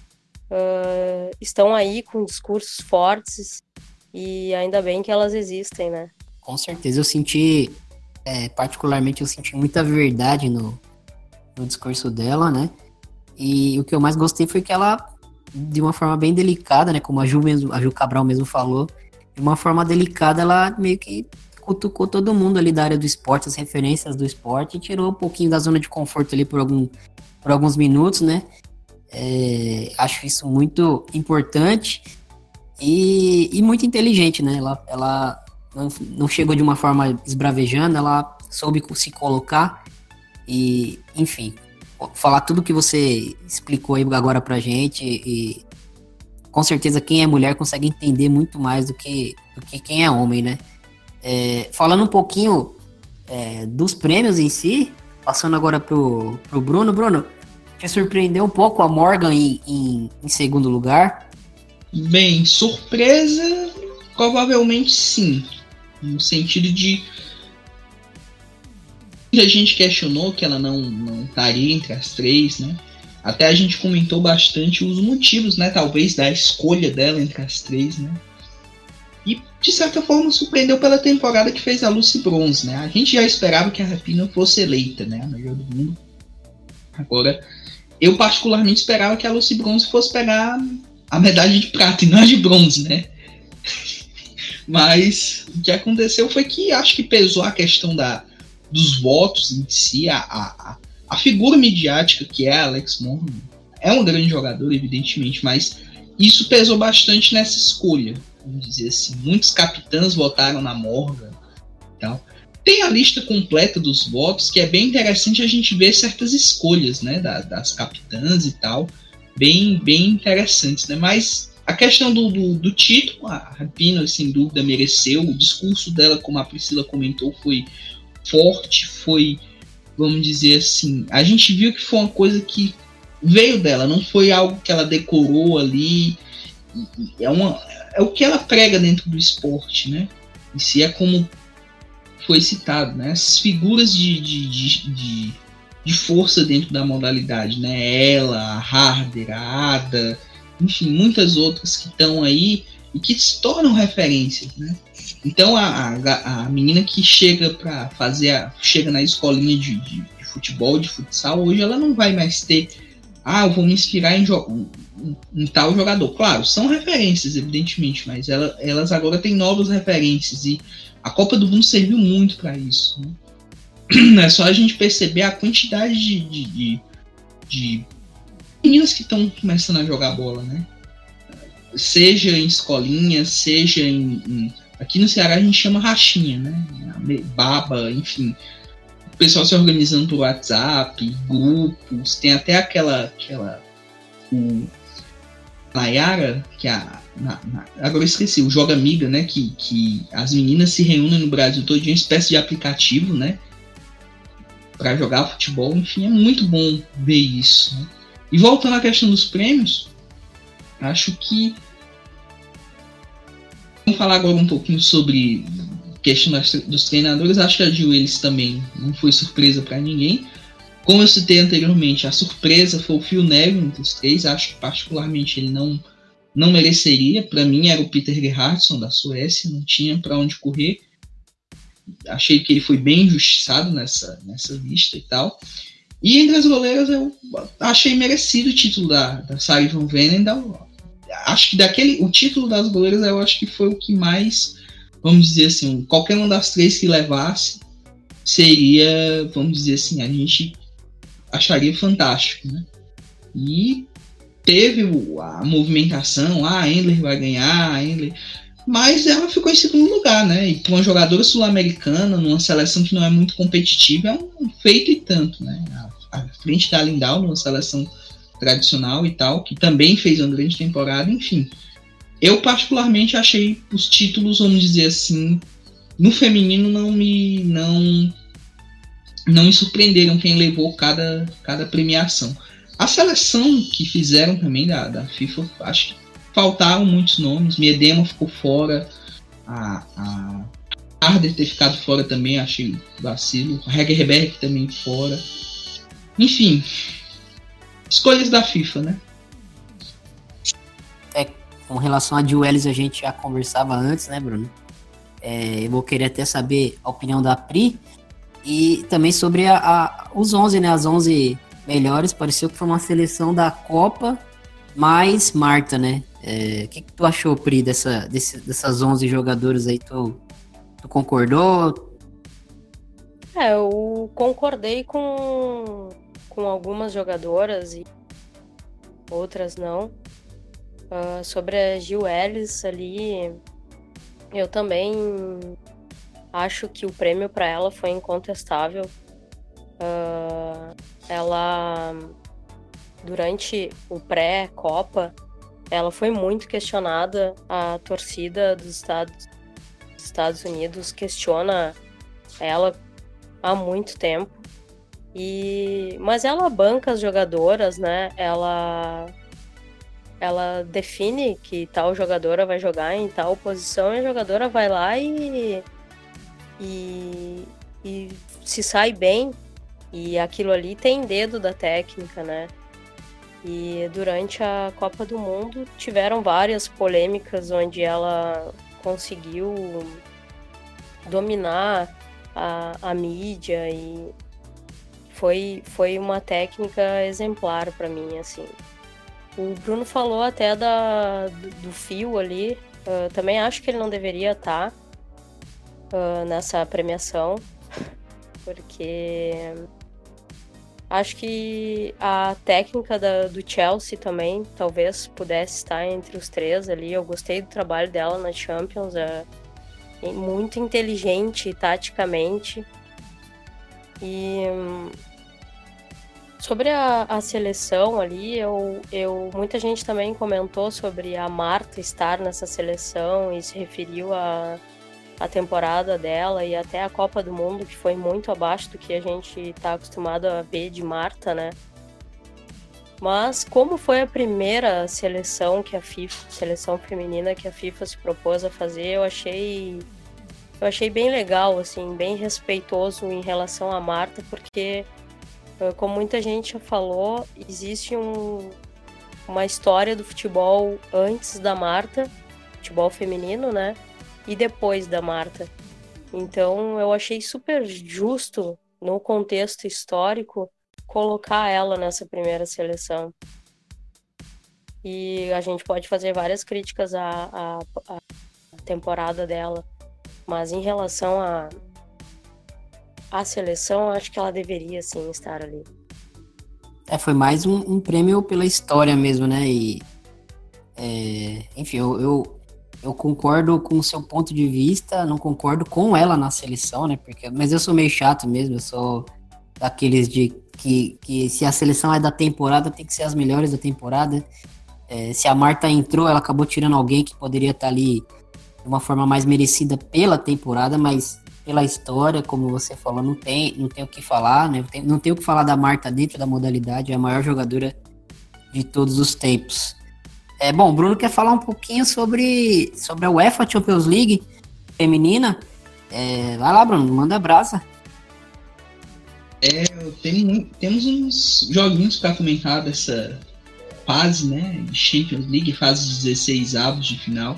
uh, estão aí com discursos fortes e ainda bem que elas existem, né? Com certeza, eu senti, é, particularmente eu senti muita verdade no, no discurso dela, né? E o que eu mais gostei foi que ela, de uma forma bem delicada, né? Como a Ju, mesmo, a Ju Cabral mesmo falou, de uma forma delicada, ela meio que cutucou todo mundo ali da área do esporte, as referências do esporte, e tirou um pouquinho da zona de conforto ali por, algum, por alguns minutos, né? É, acho isso muito importante e, e muito inteligente, né? Ela, ela não, não chegou de uma forma esbravejando, ela soube se colocar e, enfim, falar tudo que você explicou aí agora pra gente e com certeza quem é mulher consegue entender muito mais do que, do que quem é homem, né? É, falando um pouquinho é, dos prêmios em si, passando agora pro, pro Bruno. Bruno, te surpreendeu um pouco a Morgan em, em, em segundo lugar? Bem, surpresa, provavelmente sim. No sentido de... Muita gente questionou que ela não, não estaria entre as três, né? Até a gente comentou bastante os motivos, né? Talvez da escolha dela entre as três, né? E, de certa forma, surpreendeu pela temporada que fez a Lucy Bronze, né? A gente já esperava que a Rapinoe fosse eleita, né? A melhor do mundo. Agora, eu particularmente esperava que a Lucy Bronze fosse pegar a medalha de prata e não a de bronze, né? Mas o que aconteceu foi que acho que pesou a questão da, dos votos em si, a, a, a figura midiática que é a Alex Morgan. É um grande jogador, evidentemente, mas isso pesou bastante nessa escolha. Vamos dizer assim, muitos capitãs votaram na Morgan e tal. Tem a lista completa dos votos, que é bem interessante a gente ver certas escolhas, né, da, das capitãs e tal, bem, bem interessantes, né, mas a questão do, do, do título, a Rapinoe, sem dúvida, mereceu, o discurso dela, como a Priscila comentou, foi forte, foi, vamos dizer assim, a gente viu que foi uma coisa que veio dela, não foi algo que ela decorou ali, é uma... é o que ela prega dentro do esporte, né? E se é como foi citado, né? Essas figuras de, de, de, de, de força dentro da modalidade, né? Ela, a Harder, a Ada, enfim, muitas outras que estão aí e que se tornam referências, né? Então a, a, a menina que chega para fazer, a, chega na escolinha de, de, de futebol, de futsal, hoje ela não vai mais ter, ah, eu vou me inspirar em jogar Um, um tal jogador. Claro, são referências, evidentemente, mas ela, elas agora têm novas referências e a Copa do Mundo serviu muito para isso, né? É só a gente perceber a quantidade de, de, de, de meninas que estão começando a jogar bola, né? Seja em escolinha, seja em, em... Aqui no Ceará a gente chama rachinha, né? Baba, enfim. O pessoal se organizando por WhatsApp, grupos, tem até aquela... aquela o Nayara, que a, na, na, agora eu esqueci, o Joga Amiga, né, que, que as meninas se reúnem no Brasil todo dia, uma espécie de aplicativo, né, para jogar futebol, enfim, é muito bom ver isso, né? E voltando à questão dos prêmios, acho que vamos falar agora um pouquinho sobre questão dos treinadores, acho que a Jill Ellis também não foi surpresa para ninguém. Como eu citei anteriormente, a surpresa foi o Phil Neville entre os três. Acho que particularmente ele não, não mereceria. Para mim era o Peter Gerhardsson da Suécia, não tinha para onde correr. Achei que ele foi bem injustiçado nessa, nessa lista e tal. E entre as goleiras eu achei merecido o título da, da Sarah Van Veenendaal. Acho que daquele, o título das goleiras eu acho que foi o que mais, vamos dizer assim, qualquer uma das três que levasse seria, vamos dizer assim, a gente acharia fantástico, né? E teve a movimentação, ah, a Endler vai ganhar, a Endler, mas ela ficou em segundo lugar, né? E para uma jogadora sul-americana, numa seleção que não é muito competitiva, é um feito e tanto, né? À frente da Lindahl, numa seleção tradicional e tal, que também fez uma grande temporada, enfim. Eu particularmente achei os títulos, vamos dizer assim, no feminino não me não não me surpreenderam quem levou cada, cada premiação. A seleção que fizeram também da, da FIFA, acho que faltaram muitos nomes. Miedema ficou fora, a, a Harder ter ficado fora também, achei vacilo. A Hegerberg também fora. Enfim, escolhas da FIFA, né? É, com relação a Jill Ellis, a gente já conversava antes, né, Bruno? É, eu vou querer até saber a opinião da Pri. E também sobre a, a, os onze, né? As onze melhores. Pareceu que foi uma seleção da Copa mais Marta, né? O é, que, que tu achou, Pri, dessa, desse, dessas onze jogadoras aí? Tu, tu concordou? É, eu concordei com, com algumas jogadoras e outras não. Uh, sobre a Jill Ellis ali, eu também acho que o prêmio para ela foi incontestável. Uh, ela, durante o pré-Copa, ela foi muito questionada. A torcida dos Estados, dos Estados Unidos questiona ela há muito tempo. E, mas ela banca as jogadoras, né? Ela, ela define que tal jogadora vai jogar em tal posição e a jogadora vai lá e E, e se sai bem, e aquilo ali tem dedo da técnica, né? E durante a Copa do Mundo tiveram várias polêmicas onde ela conseguiu dominar a, a mídia e foi, foi uma técnica exemplar para mim, assim. O Bruno falou até da, do, do fio ali, uh, também acho que ele não deveria estar Uh, nessa premiação, porque acho que a técnica da, do Chelsea também talvez pudesse estar entre os três ali. Eu gostei do trabalho dela na Champions, é, é muito inteligente taticamente. E sobre a, a seleção ali, eu, eu, muita gente também comentou sobre a Marta estar nessa seleção e se referiu a a temporada dela e até a Copa do Mundo, que foi muito abaixo do que a gente está acostumado a ver de Marta, né? Mas como foi a primeira seleção que a FIFA, seleção feminina que a FIFA se propôs a fazer, eu achei eu achei bem legal, assim, bem respeitoso em relação a Marta, porque como muita gente já falou, existe um, uma história do futebol antes da Marta, futebol feminino, né? E depois da Marta. Então eu achei super justo, no contexto histórico, colocar ela nessa primeira seleção. E a gente pode fazer várias críticas à, à, à temporada dela, mas em relação à a, seleção, eu acho que ela deveria sim estar ali. É, foi mais um, um prêmio pela história mesmo, né? E, é, enfim, eu... eu... Eu concordo com o seu ponto de vista, não concordo com ela na seleção, né? Porque, mas eu sou meio chato mesmo, eu sou daqueles de que, que se a seleção é da temporada, tem que ser as melhores da temporada. É, se a Marta entrou, ela acabou tirando alguém que poderia estar ali de uma forma mais merecida pela temporada, mas pela história, como você falou, não tem, não tem o que falar, né? Não tem, não tem o que falar da Marta dentro da modalidade, é a maior jogadora de todos os tempos. É, bom, o Bruno quer falar um pouquinho sobre, sobre a UEFA Champions League feminina. É, vai lá, Bruno, manda brasa. É, tem, temos uns joguinhos para comentar dessa fase, né? Champions League, fase dezesseis avos de final.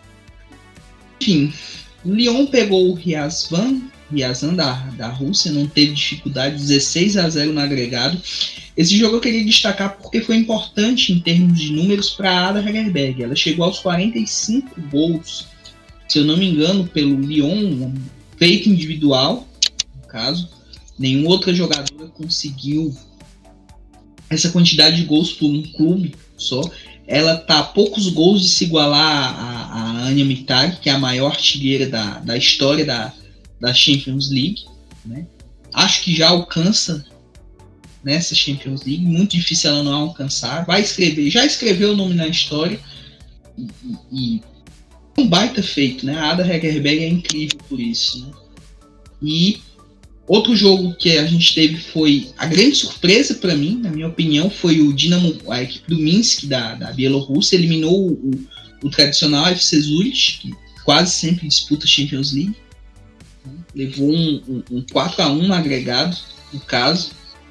Enfim, o Lyon pegou o Ryazan, Ryazan da, da Rússia, não teve dificuldade, dezesseis a zero no agregado. Esse jogo eu queria destacar porque foi importante em termos de números para a Ada Hegerberg. Ela chegou aos quarenta e cinco gols, se eu não me engano, pelo Lyon, um feito individual, no caso. Nenhuma outra jogadora conseguiu essa quantidade de gols por um clube só. Ela está a poucos gols de se igualar a, a Anja Mkhitaryan, que é a maior artilheira da, da história da, da Champions League, né? Acho que já alcança nessa Champions League, muito difícil ela não alcançar. Vai escrever, já escreveu o nome na história e, e um baita feito, né? A Ada Hegerberg é incrível por isso, né? E outro jogo que a gente teve foi a grande surpresa para mim, na minha opinião, foi o Dinamo, a equipe do Minsk da, da Bielorrússia, eliminou o, o, o tradicional F C Zurich, que quase sempre disputa Champions League, né? Levou um, um, um quatro a um no agregado, no caso,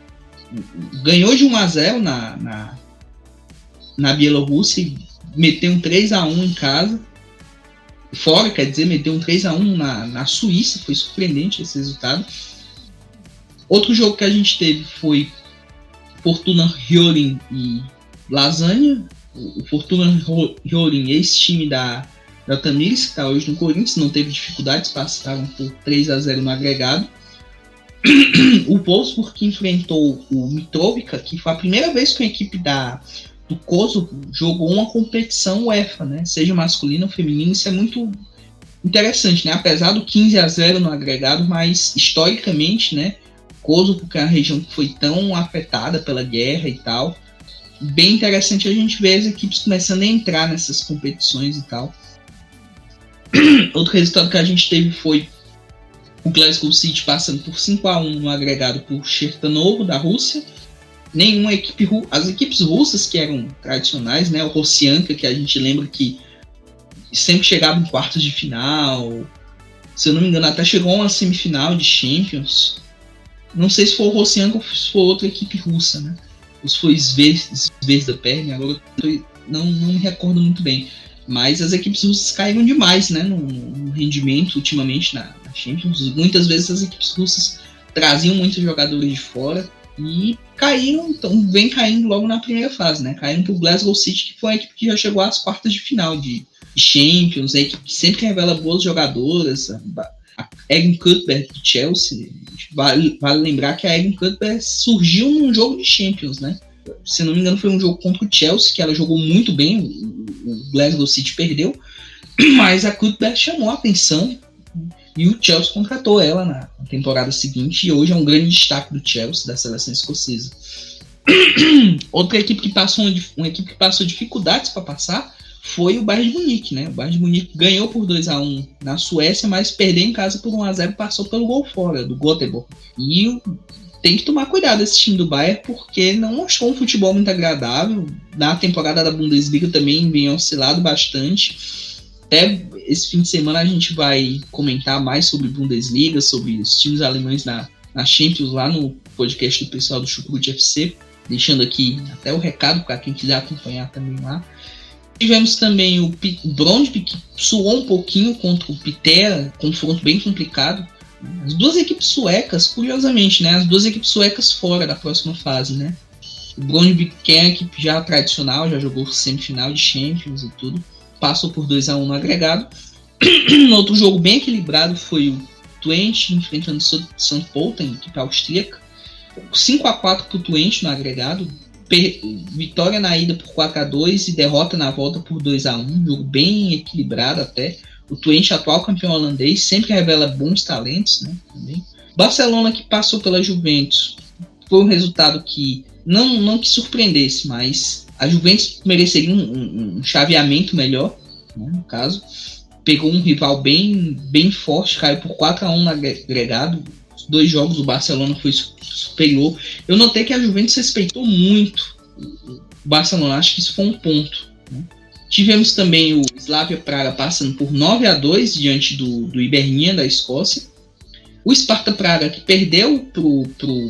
ganhou de um a zero na, na, na Bielorrússia e meteu um três a um em casa, fora, quer dizer, meteu um três a um na, na Suíça, foi surpreendente esse resultado. Outro jogo que a gente teve foi Fortuna Hjulmand e Lasagna. O Fortuna Hjulmand, ex-time da, da Tamires, que está hoje no Corinthians, não teve dificuldades, passaram por três a zero no agregado. O Wolfsburg que enfrentou o Mitrovica, que foi a primeira vez que a equipe da, do Kosovo jogou uma competição UEFA, né? Seja masculino ou feminino, isso é muito interessante, né? Apesar do quinze a zero no agregado, mas historicamente, né? Kosovo, que é uma região que foi tão afetada pela guerra e tal, bem interessante a gente ver as equipes começando a entrar nessas competições e tal. Outro resultado que a gente teve foi o Glasgow City passando por cinco a um no agregado por Chertanovo, da Rússia. Nenhuma equipe, as equipes russas que eram tradicionais, né, o Rossianka, que a gente lembra que sempre chegava em quartos de final, se eu não me engano até chegou a uma semifinal de Champions. Não sei se foi o Rossianka ou se foi outra equipe russa, né? Ou se foi Zvezda Perm, agora eu não, não me recordo muito bem. Mas as equipes russas caíram demais, né, no, no rendimento ultimamente na, na Champions. Muitas vezes as equipes russas traziam muitos jogadores de fora e caíram, então vem caindo logo na primeira fase, né? Caíram para o Glasgow City, que foi a equipe que já chegou às quartas de final de, de Champions, a equipe que sempre revela boas jogadoras. A Erin Cuthbert do Chelsea, vale, vale lembrar que a Erin Cuthbert surgiu num jogo de Champions, né? Se não me engano foi um jogo contra o Chelsea, que ela jogou muito bem, o, o Glasgow City perdeu, mas a Cuthbert chamou a atenção e o Chelsea contratou ela na temporada seguinte e hoje é um grande destaque do Chelsea, da seleção escocesa. Outra equipe que passou uma, uma equipe que passou dificuldades para passar foi o Bayern de Munique, né? O Bayern de Munique ganhou por dois a um na Suécia, mas perdeu em casa por um a zero e passou pelo gol fora, do Göteborg. E tem que tomar cuidado esse time do Bayern, porque não mostrou um futebol muito agradável. Na temporada da Bundesliga também vem oscilado bastante. Até esse fim de semana a gente vai comentar mais sobre Bundesliga, sobre os times alemães na, na Champions, lá no podcast do pessoal do Chucrute F C. Deixando aqui até o recado para quem quiser acompanhar também lá. Tivemos também o Brøndby, que suou um pouquinho contra o Pitera, confronto bem complicado. As duas equipes suecas, curiosamente, né? As duas equipes suecas fora da próxima fase, né? O Brøndby, que é a equipe já tradicional, já jogou semifinal de Champions e tudo, passou por dois a um no agregado. Outro jogo bem equilibrado foi o Twente enfrentando o Sankt Pölten, equipe austríaca. cinco a quatro para o Twente no agregado. Vitória na ida por quatro a dois e derrota na volta por dois a um. Um jogo bem equilibrado até. O Twente, atual campeão holandês, sempre revela bons talentos, né? Também. Barcelona, que passou pela Juventus, foi um resultado que não, não que surpreendesse, mas a Juventus mereceria um, um, um chaveamento melhor, né, no caso. Pegou um rival bem, bem forte, caiu por quatro a um no agregado. Os dois jogos o Barcelona foi superior. Eu notei que a Juventus respeitou muito o Barcelona, acho que isso foi um ponto, né? Tivemos também o Slavia Praga passando por nove a dois diante do, do Hibernia da Escócia. O Sparta Praga, que perdeu para o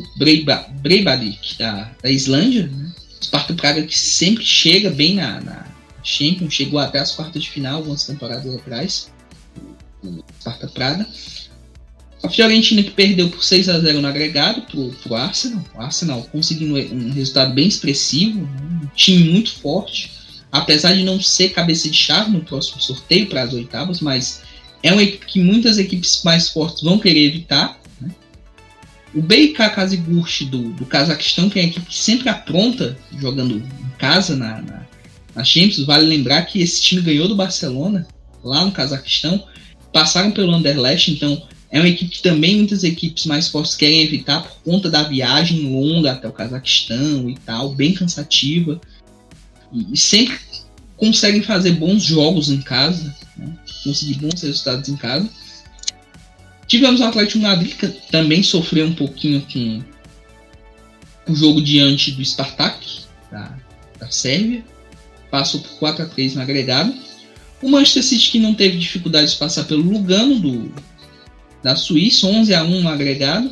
Breivik da, da Islândia. Né? O Sparta Praga que sempre chega bem na, na Champions, chegou até as quartas de final algumas temporadas atrás. O Sparta Praga. A Fiorentina, que perdeu por seis a zero no agregado para o Arsenal. O Arsenal conseguindo um resultado bem expressivo, né? Um time muito forte, apesar de não ser cabeça de chave no próximo sorteio para as oitavas, mas é uma equipe que muitas equipes mais fortes vão querer evitar. Né? O B K Kazigurt do, do Cazaquistão, que é a equipe que sempre apronta jogando em casa na, na, na Champions. Vale lembrar que esse time ganhou do Barcelona lá no Cazaquistão, passaram pelo Anderlecht, então é uma equipe que também muitas equipes mais fortes querem evitar por conta da viagem longa até o Cazaquistão e tal, bem cansativa. E, e sempre conseguem fazer bons jogos em casa, né? Conseguir bons resultados em casa. Tivemos o Atlético de Madrid, que também sofreu um pouquinho com o jogo diante do Spartak, da, da Sérvia. Passou por quatro a três no agregado. O Manchester City, que não teve dificuldade de passar pelo Lugano do, da Suíça, onze a um no agregado.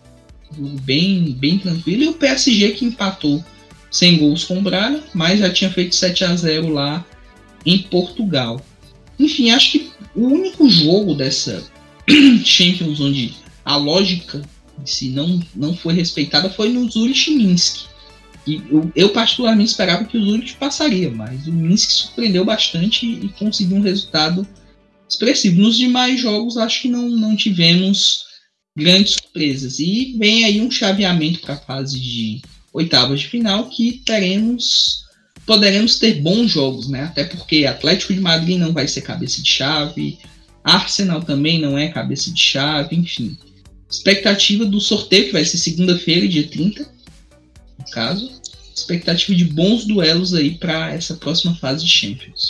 Bem, bem tranquilo. E o P S G, que empatou sem gols com o Braga, mas já tinha feito sete a zero lá em Portugal. Enfim, acho que o único jogo dessa Champions onde a lógica em si não, não foi respeitada foi no Zurich e Minsk. E eu, eu particularmente esperava que o Zurich passaria, mas o Minsk surpreendeu bastante e, e conseguiu um resultado expressivo. Nos demais jogos, acho que não, não tivemos grandes surpresas. E vem aí um chaveamento para a fase de oitavas de final que teremos, poderemos ter bons jogos, né? Até porque Atlético de Madrid não vai ser cabeça de chave, Arsenal também não é cabeça de chave, enfim. Expectativa do sorteio, que vai ser segunda-feira, dia trinta, no caso. Expectativa de bons duelos aí para essa próxima fase de Champions.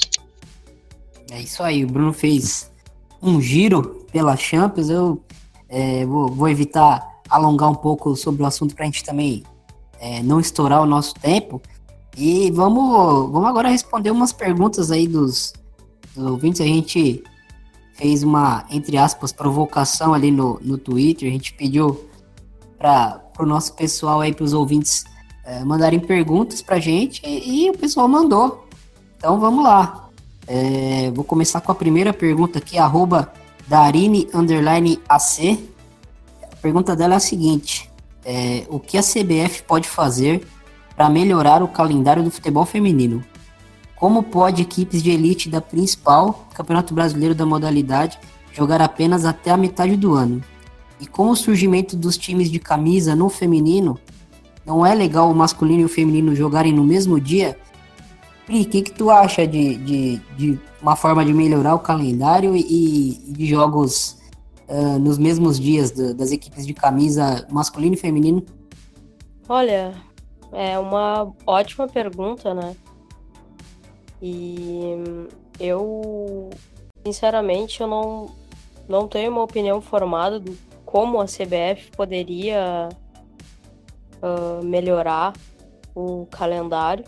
É isso aí, o Bruno fez um giro pela Champions. Eu é, vou, vou evitar alongar um pouco sobre o assunto para a gente também é, não estourar o nosso tempo. E vamos, vamos agora responder umas perguntas aí dos, dos ouvintes. A gente fez uma, entre aspas, provocação ali no, no Twitter. A gente pediu para o nosso pessoal aí, para os ouvintes é, mandarem perguntas para a gente e, e o pessoal mandou. Então vamos lá. É, vou começar com a primeira pergunta aqui, arroba Darine underline A C. A pergunta dela é a seguinte: é, o que a C B F pode fazer para melhorar o calendário do futebol feminino? Como pode equipes de elite da principal Campeonato Brasileiro da modalidade jogar apenas até a metade do ano? E com o surgimento dos times de camisa no feminino, não é legal o masculino e o feminino jogarem no mesmo dia? Pri, o que, que tu acha de, de, de uma forma de melhorar o calendário e, e de jogos uh, nos mesmos dias da, das equipes de camisa masculino e feminino? Olha, é uma ótima pergunta, né? E eu, sinceramente, eu não, não tenho uma opinião formada do como a C B F poderia uh, melhorar o calendário.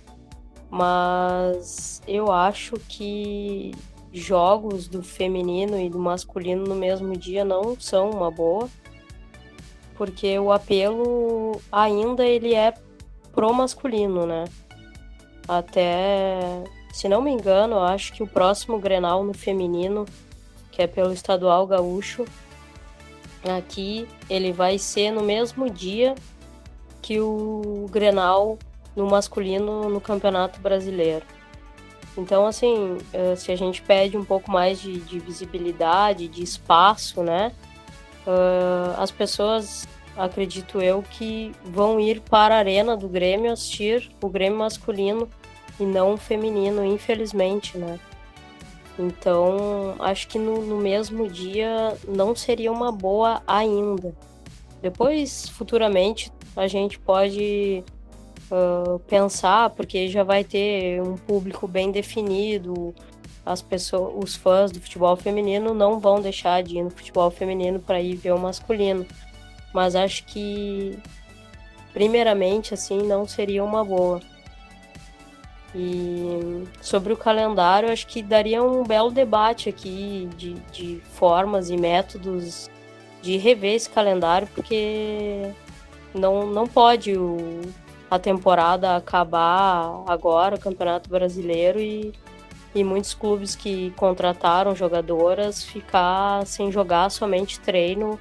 Mas eu acho que jogos do feminino e do masculino no mesmo dia não são uma boa, porque o apelo ainda ele é pro masculino, né? Até, se não me engano, eu acho que o próximo Grenal no feminino, que é pelo Estadual Gaúcho, aqui ele vai ser no mesmo dia que o Grenal no masculino no Campeonato Brasileiro. Então, assim, se a gente pede um pouco mais de, de visibilidade, de espaço, né? Uh, as pessoas, acredito eu, que vão ir para a arena do Grêmio assistir o Grêmio masculino e não o feminino, infelizmente, né? Então, acho que no, no mesmo dia não seria uma boa ainda. Depois, futuramente, a gente pode Uh, pensar, porque já vai ter um público bem definido, as pessoas, os fãs do futebol feminino não vão deixar de ir no futebol feminino para ir ver o masculino, mas acho que primeiramente assim não seria uma boa. E sobre o calendário, acho que daria um belo debate aqui de, de formas e métodos de rever esse calendário, porque não, não pode o, a temporada acabar agora, o Campeonato Brasileiro, e, e muitos clubes que contrataram jogadoras ficar sem jogar, somente treino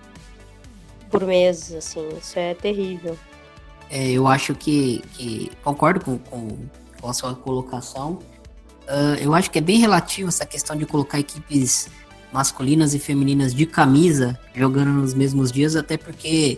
por meses, assim, isso é terrível. É, eu acho que, que concordo com, com, com a sua colocação. Uh, eu acho que é bem relativo essa questão de colocar equipes masculinas e femininas de camisa jogando nos mesmos dias, até porque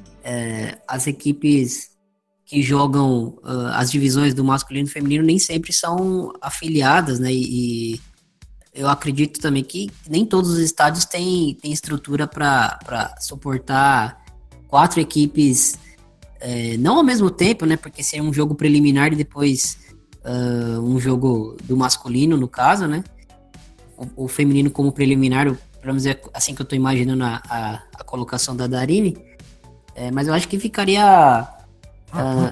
é, as equipes que jogam uh, as divisões do masculino e feminino nem sempre são afiliadas, né? E, e eu acredito também que nem todos os estádios têm, têm estrutura para suportar quatro equipes, é, não ao mesmo tempo, né? Porque seria um jogo preliminar e depois uh, um jogo do masculino, no caso, né? O, o feminino como preliminar, pelo menos é assim que eu estou imaginando a, a, a colocação da Darine. É, mas eu acho que ficaria... Uh,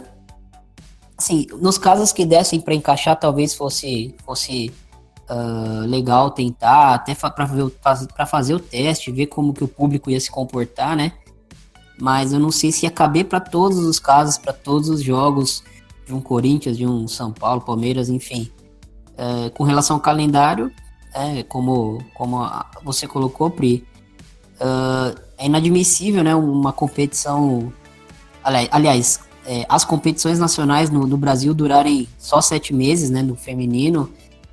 assim, nos casos que dessem para encaixar, talvez fosse... fosse Uh, legal tentar, até fa- para fazer o teste, ver como que o público ia se comportar, né? Mas eu não sei se ia caber para todos os casos, para todos os jogos de um Corinthians, de um São Paulo, Palmeiras, enfim. Uh, com relação ao calendário, é, como, como a, você colocou, Pri, uh, é inadmissível, né? Uma competição... Ali, aliás, é, as competições nacionais no, no Brasil durarem só sete meses, né? No feminino.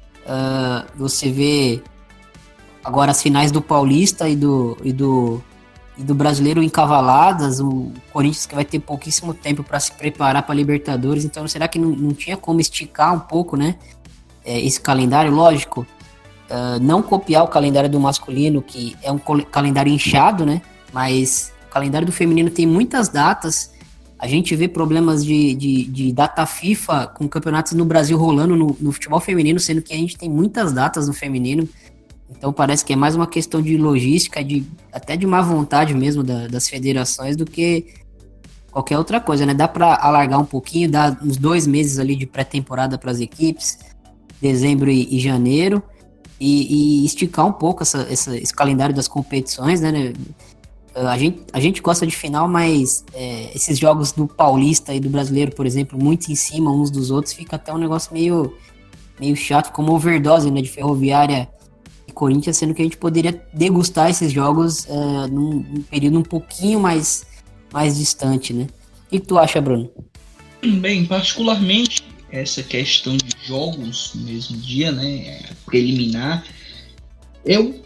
Uh, você vê agora as finais do Paulista e do, e do, e do Brasileiro encavaladas, o Corinthians que vai ter pouquíssimo tempo para se preparar para a Libertadores, então será que não, não tinha como esticar um pouco, né, é, esse calendário? Lógico, uh, não copiar o calendário do masculino, que é um calendário inchado, né, mas o calendário do feminino tem muitas datas. A gente vê problemas de, de, de data FIFA com campeonatos no Brasil rolando no, no futebol feminino, sendo que a gente tem muitas datas no feminino. Então parece que é mais uma questão de logística, de, até de má vontade mesmo da, das federações do que qualquer outra coisa, né? Dá para alargar um pouquinho, dar uns dois meses ali de pré-temporada para as equipes, dezembro e, e janeiro, e, e esticar um pouco essa, essa, esse calendário das competições, né? A gente, a gente gosta de final, mas é, esses jogos do Paulista e do Brasileiro, por exemplo, muito em cima uns dos outros, fica até um negócio meio, meio chato, como overdose, né, de Ferroviária e Corinthians, sendo que a gente poderia degustar esses jogos é, num, num período um pouquinho mais, mais distante, né? O que tu acha, Bruno? Bem, particularmente, essa questão de jogos no mesmo dia, né, preliminar, eu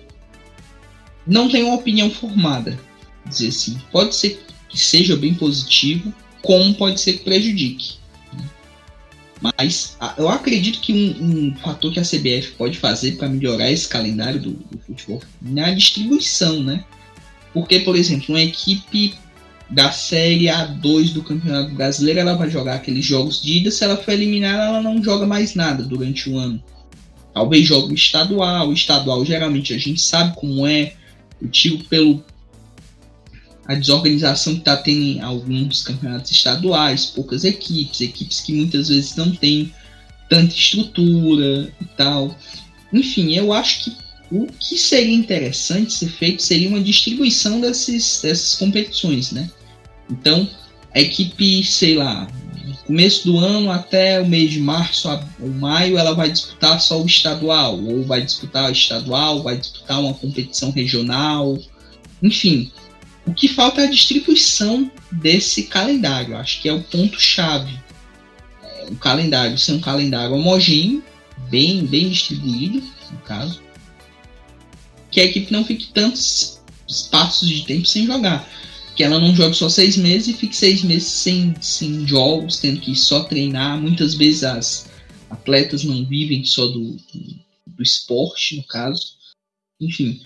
não tenho uma opinião formada. Dizer assim, pode ser que seja bem positivo, como pode ser que prejudique. Mas eu acredito que um, um fator que a C B F pode fazer para melhorar esse calendário do, do futebol é a distribuição, né? Porque, por exemplo, uma equipe da Série A dois do Campeonato Brasileiro, ela vai jogar aqueles jogos de ida, se ela for eliminada, ela não joga mais nada durante o ano. Talvez jogue o estadual, o estadual geralmente a gente sabe como é, eu tiro pelo a desorganização que está tendo em alguns campeonatos estaduais, poucas equipes, equipes que muitas vezes não têm tanta estrutura e tal. Enfim, eu acho que o que seria interessante ser feito seria uma distribuição desses, dessas competições, né? Então, a equipe, sei lá, no começo do ano até o mês de março ou maio, ela vai disputar só o estadual, ou vai disputar o estadual, vai disputar uma competição regional, enfim. O que falta é a distribuição desse calendário. Acho que é o ponto-chave. É, o calendário ser um calendário homogêneo, bem, bem distribuído, no caso. Que a equipe não fique tantos espaços de tempo sem jogar. Que ela não jogue só seis meses e fique seis meses sem, sem jogos, tendo que só treinar. Muitas vezes as atletas não vivem só do, do, do esporte, no caso. Enfim...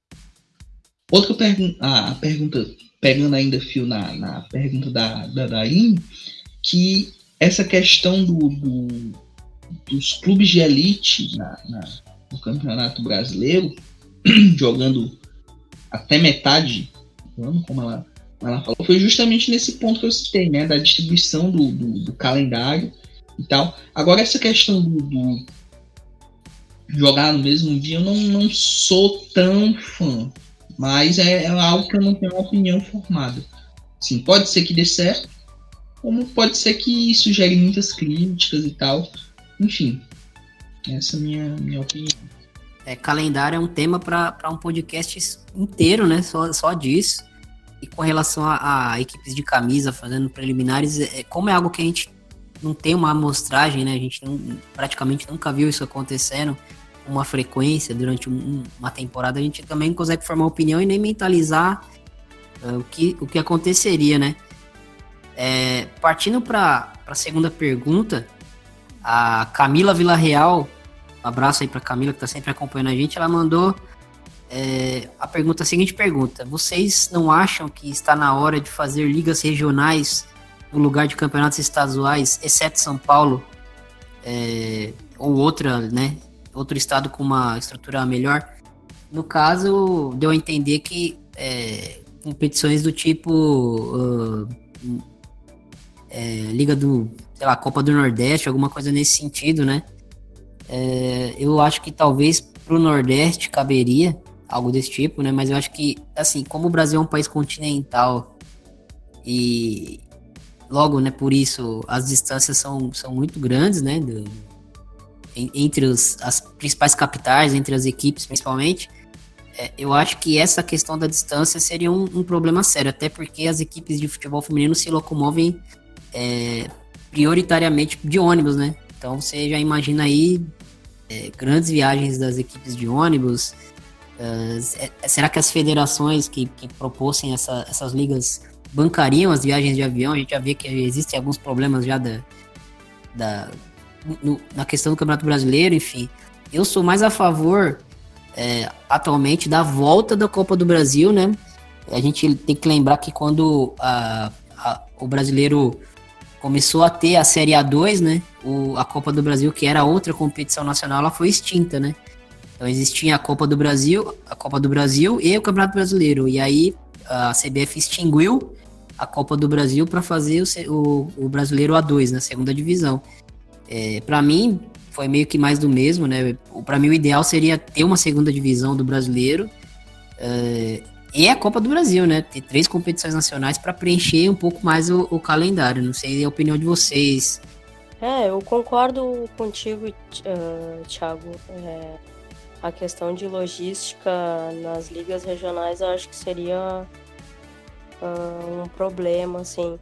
Outra pergunta, a pergunta, pegando ainda fio na, na pergunta da, da Daim, que essa questão do, do, dos clubes de elite na, na, no Campeonato Brasileiro, jogando até metade do ano, como ela, ela falou, foi justamente nesse ponto que eu citei, né, da distribuição do, do, do calendário e tal. Agora, essa questão do, do jogar no mesmo dia, eu não, não sou tão fã, mas é, é algo que eu não tenho uma opinião formada. Sim, pode ser que dê certo, como pode ser que isso gere muitas críticas e tal. Enfim, essa é a minha, minha opinião. É, calendário é um tema para um podcast inteiro, né? Só, só disso. E com relação a, a equipes de camisa fazendo preliminares, é, como é algo que a gente não tem uma amostragem, né? A gente não, praticamente nunca viu isso acontecendo com uma frequência durante um, uma temporada, a gente também não consegue formar opinião e nem mentalizar uh, o, que, o que aconteceria, né? É, partindo para a segunda pergunta, a Camila Villarreal, um abraço aí para Camila que está sempre acompanhando a gente, ela mandou é, a pergunta, a seguinte pergunta: vocês não acham que está na hora de fazer ligas regionais no lugar de campeonatos estaduais, exceto São Paulo, é, ou outra, né, outro estado com uma estrutura melhor? No caso, deu a entender que é, competições do tipo uh, é, Liga do, sei lá, Copa do Nordeste, alguma coisa nesse sentido, né? É, eu acho que talvez pro Nordeste caberia algo desse tipo, né? Mas eu acho que, assim, como o Brasil é um país continental e logo, né, por isso as distâncias são, são muito grandes, né? Do, entre os, as principais capitais, entre as equipes principalmente, é, eu acho que essa questão da distância seria um, um problema sério, até porque as equipes de futebol feminino se locomovem é, prioritariamente de ônibus, né? Então você já imagina aí é, grandes viagens das equipes de ônibus. Uh, é, será que as federações que, que propôssem essa, essas ligas bancariam as viagens de avião? A gente já vê que existem alguns problemas já da, da, no, na questão do Campeonato Brasileiro, enfim. Eu sou mais a favor, é, atualmente, da volta da Copa do Brasil, né? A gente tem que lembrar que quando a, a, o brasileiro começou a ter a Série A dois, né? O, a Copa do Brasil, que era outra competição nacional, ela foi extinta, né? Então existia a Copa do Brasil, a Copa do Brasil e o Campeonato Brasileiro. E aí a C B F extinguiu a Copa do Brasil para fazer o, o, o Brasileiro A dois, na segunda divisão. É, para mim, foi meio que mais do mesmo, né? Para mim, o ideal seria ter uma segunda divisão do Brasileiro é, e a Copa do Brasil, né? Ter três competições nacionais para preencher um pouco mais o, o calendário. Não sei a opinião de vocês. É, eu concordo contigo, uh, Thiago. É, a questão de logística nas ligas regionais, eu acho que seria uh, um problema, assim.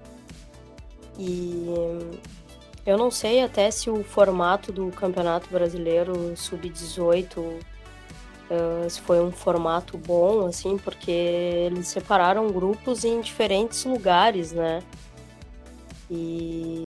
E eu não sei até se o formato do Campeonato Brasileiro sub dezoito uh, se foi um formato bom, assim, porque eles separaram grupos em diferentes lugares, né? E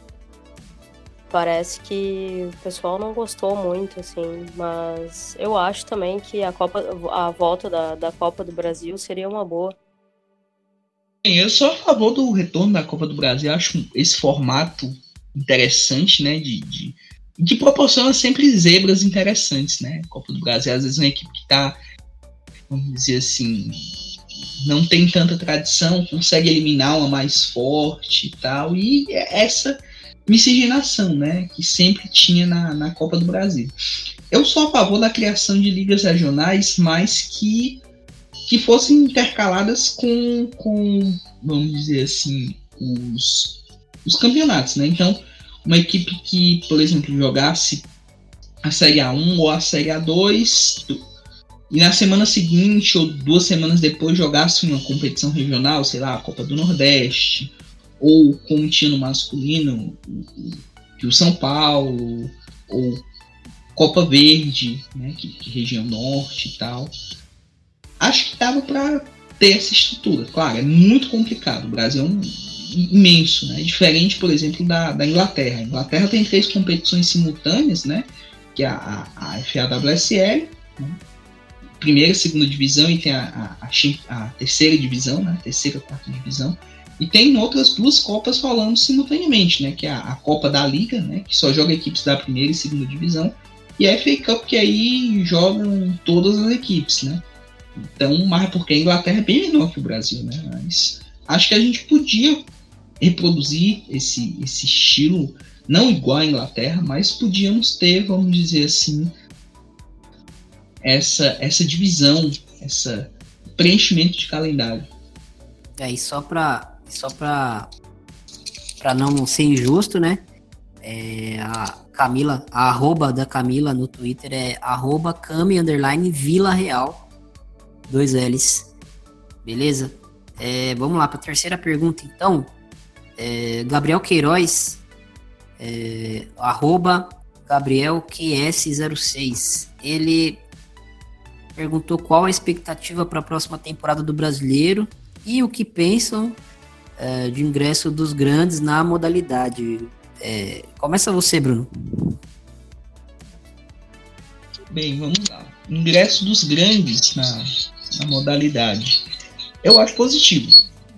parece que o pessoal não gostou muito, assim, mas eu acho também que a, Copa, a volta da, da Copa do Brasil seria uma boa. Eu sou a favor do retorno da Copa do Brasil. Eu acho esse formato interessante, né, de, de, que proporciona sempre zebras interessantes, né? A Copa do Brasil, às vezes, é uma equipe que tá, vamos dizer assim, não tem tanta tradição, consegue eliminar uma mais forte e tal, e essa miscigenação, né, que sempre tinha na, na Copa do Brasil. Eu sou a favor da criação de ligas regionais, mas que, que fossem intercaladas com, com, vamos dizer assim, os, os campeonatos, né? Então, uma equipe que, por exemplo, jogasse a Série A um ou a Série A dois e na semana seguinte ou duas semanas depois jogasse uma competição regional, sei lá, a Copa do Nordeste, ou como tinha no masculino, o São Paulo, ou Copa Verde, né, que, que região norte e tal. Acho que dava para ter essa estrutura. Claro, é muito complicado. O Brasil é um imenso, né? Diferente, por exemplo, da, da Inglaterra. A Inglaterra tem três competições simultâneas, né? Que é a, a, a F A W S L, né? Primeira, segunda divisão, e tem a, a, a, a terceira divisão, né? Terceira, quarta divisão. E tem outras duas Copas rolando simultaneamente, né? Que é a, a Copa da Liga, né? Que só joga equipes da primeira e segunda divisão. E a F A Cup, que aí jogam todas as equipes, né? Então, mas porque a Inglaterra é bem menor que o Brasil, né? Mas acho que a gente podia reproduzir esse, esse estilo, não igual à Inglaterra, mas podíamos ter, vamos dizer assim, essa, essa divisão, esse preenchimento de calendário. É, e só para só pra, pra não ser injusto, né? É, a Camila, a arroba da Camila no Twitter é arroba Cami underline Vila Real, dois L's. Beleza? É, vamos lá para a terceira pergunta, então. É, Gabriel Queiroz, é, arroba Gabriel Q S zero seis. Ele perguntou qual a expectativa para a próxima temporada do Brasileiro e o que pensam é, de ingresso dos grandes na modalidade. É, começa você, Bruno. Bem, vamos lá. Ingresso dos grandes na, na modalidade. Eu acho positivo.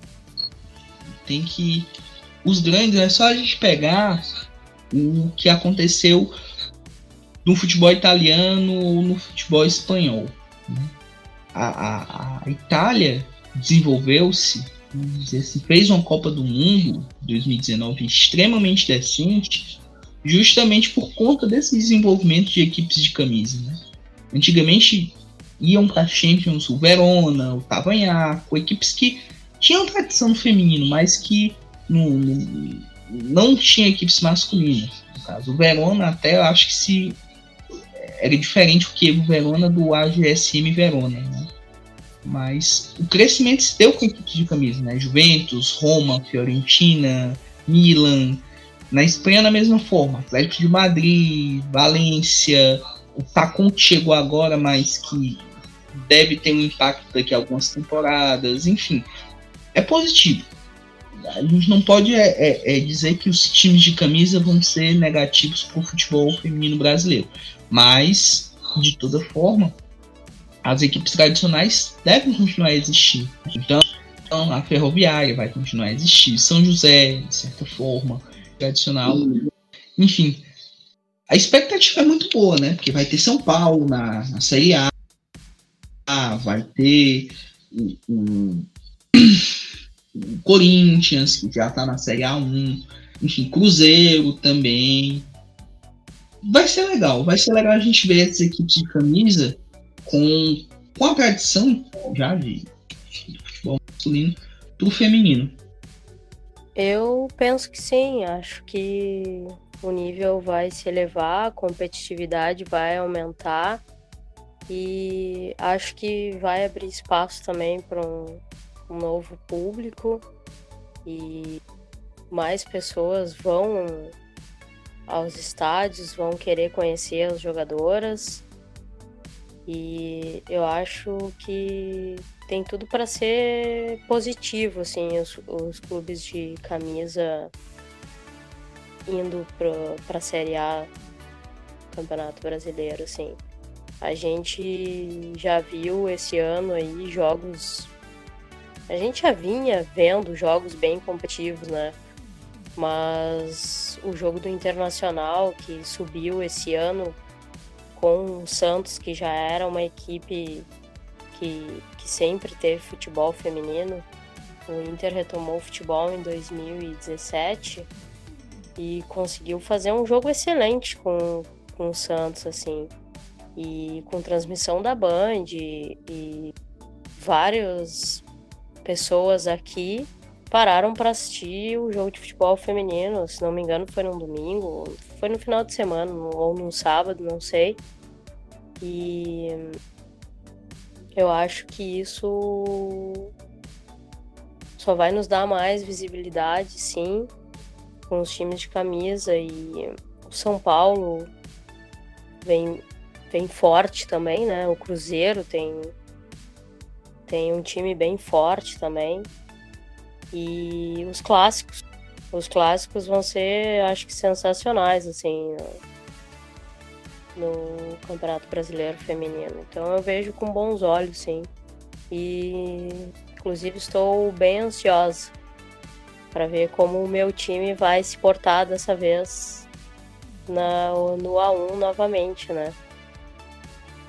Tem que... Os grandes, é só a gente pegar o que aconteceu no futebol italiano ou no futebol espanhol. Né? A, a, a Itália desenvolveu-se, vamos dizer assim, fez uma Copa do Mundo dois mil e dezenove extremamente decente, justamente por conta desse desenvolvimento de equipes de camisa. Né? Antigamente iam para a Champions o Verona, o Tavagnaco, equipes que tinham tradição no feminino, mas que no, no, não tinha equipes masculinas. No caso, o Verona até eu acho que se era diferente o que o Verona do A G S M Verona, né? Mas o crescimento se deu com equipes de camisa, né? Juventus, Roma, Fiorentina, Milan. Na Espanha da mesma forma, Atlético de Madrid, Valência, o Tacon que chegou agora, mas que deve ter um impacto daqui a algumas temporadas, enfim, é positivo. A gente não pode é, é, é dizer que os times de camisa vão ser negativos para o futebol feminino brasileiro, mas, de toda forma, as equipes tradicionais devem continuar a existir. Então, então a Ferroviária vai continuar a existir, São José, de certa forma, tradicional. Enfim, a expectativa é muito boa, né? Porque vai ter São Paulo na, na Série A, vai ter o, o, o Corinthians, que já está na Série A um, enfim, Cruzeiro também. Vai ser legal, vai ser legal a gente ver essas equipes de camisa com, com a tradição já de, de futebol masculino pro feminino. Eu penso que sim, acho que o nível vai se elevar, a competitividade vai aumentar e acho que vai abrir espaço também para um, um novo público e mais pessoas vão aos estádios, vão querer conhecer as jogadoras e eu acho que tem tudo para ser positivo, assim, os, os clubes de camisa indo para a Série A do Campeonato Brasileiro, assim. A gente já viu esse ano aí jogos... A gente já vinha vendo jogos bem competitivos, né? Mas o jogo do Internacional, que subiu esse ano com o Santos, que já era uma equipe que, que sempre teve futebol feminino. O Inter retomou o futebol em dois mil e dezessete e conseguiu fazer um jogo excelente com, com o Santos, assim. E com transmissão da Band e, e várias pessoas aqui pararam para assistir o jogo de futebol feminino. Se não me engano, foi num domingo, foi no final de semana ou num sábado, não sei. E eu acho que isso só vai nos dar mais visibilidade, sim, com os times de camisa. E o São Paulo vem, vem forte também, né? O Cruzeiro tem, tem um time bem forte também. E os clássicos. Os clássicos vão ser, acho que, sensacionais, assim, no Campeonato Brasileiro Feminino. Então eu vejo com bons olhos, sim. E, inclusive, estou bem ansiosa para ver como o meu time vai se portar dessa vez na, no A um novamente, né?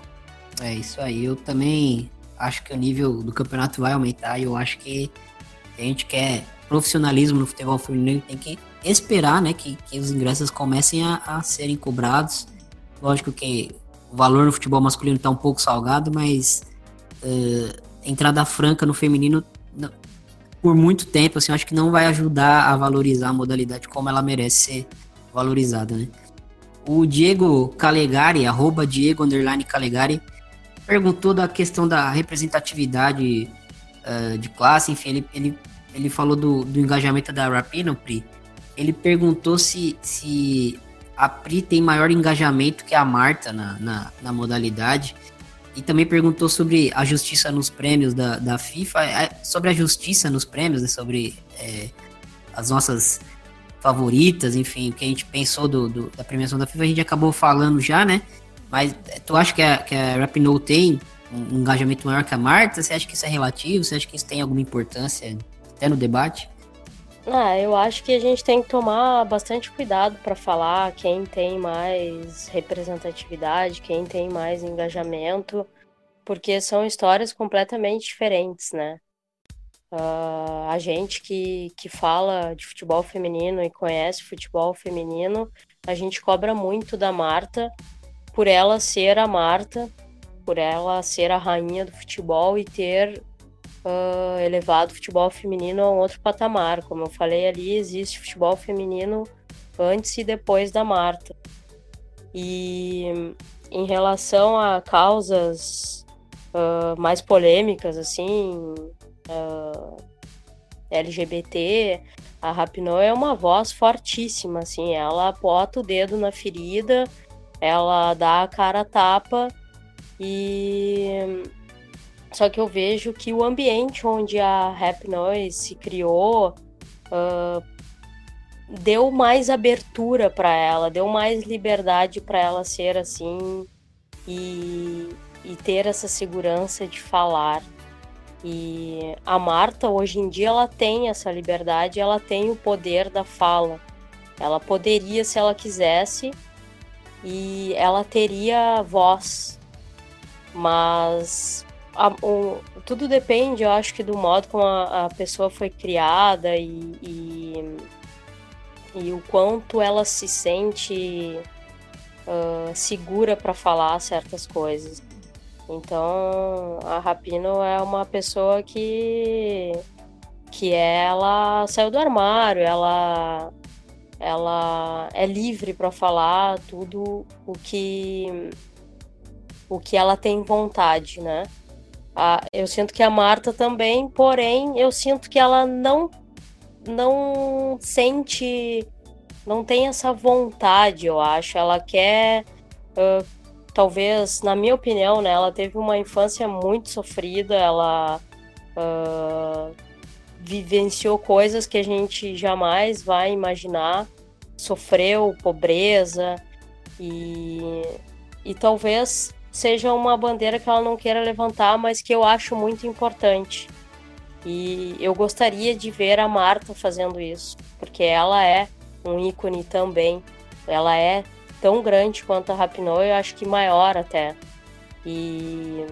É isso aí. Eu também acho que o nível do campeonato vai aumentar e eu acho que Se a gente quer profissionalismo no futebol feminino, tem que esperar, né, que, que os ingressos comecem a, a serem cobrados. Lógico que o valor no futebol masculino está um pouco salgado, mas uh, entrada franca no feminino, não, por muito tempo, assim, eu acho que não vai ajudar a valorizar a modalidade como ela merece ser valorizada, né? O Diego Calegari, arroba Diego underline Calegari, perguntou da questão da representatividade uh, de classe, enfim, ele, ele, ele falou do, do engajamento da Rapinoe, Pri. Ele perguntou se, se a Pri tem maior engajamento que a Marta na, na, na modalidade, e também perguntou sobre a justiça nos prêmios da, da FIFA, sobre a justiça nos prêmios, né, sobre é, as nossas favoritas, enfim, o que a gente pensou do, do, da premiação da FIFA, a gente acabou falando já, né? Mas tu acha que a, que a Rapinoe tem um engajamento maior que a Marta? Você acha que isso é relativo? Você acha que isso tem alguma importância até no debate? Ah, eu acho que a gente tem que tomar bastante cuidado para falar quem tem mais representatividade, quem tem mais engajamento, porque são histórias completamente diferentes, né? Uh, a gente que, que fala de futebol feminino e conhece futebol feminino, a gente cobra muito da Marta por ela ser a Marta, por ela ser a rainha do futebol e ter uh, elevado o futebol feminino a um outro patamar. Como eu falei ali, existe futebol feminino antes e depois da Marta. E em relação a causas uh, mais polêmicas, assim, uh, L G B T, a Rapinoe é uma voz fortíssima, assim, ela bota o dedo na ferida, ela dá a cara a tapa, e só que eu vejo que o ambiente onde a Rapinoe se criou uh, deu mais abertura para ela, deu mais liberdade para ela ser assim e, e ter essa segurança de falar. E a Marta, hoje em dia, ela tem essa liberdade, ela tem o poder da fala. Ela poderia, se ela quisesse, e ela teria voz. Mas a, o, tudo depende, eu acho que do modo como a, a pessoa foi criada e, e, e o quanto ela se sente uh, segura para falar certas coisas. Então, a Rapinoe é uma pessoa que, que ela saiu do armário, ela, ela é livre para falar tudo o que, o que ela tem vontade, né? A, eu sinto que a Marta também, porém, eu sinto que ela não, não sente, não tem essa vontade, eu acho. Ela quer... Uh, Talvez, na minha opinião, né, ela teve uma infância muito sofrida, ela uh, vivenciou coisas que a gente jamais vai imaginar, sofreu pobreza e, e talvez seja uma bandeira que ela não queira levantar, mas que eu acho muito importante. E eu gostaria de ver a Marta fazendo isso, porque ela é um ícone também, ela é tão grande quanto a Rapinoe, eu acho que maior até. E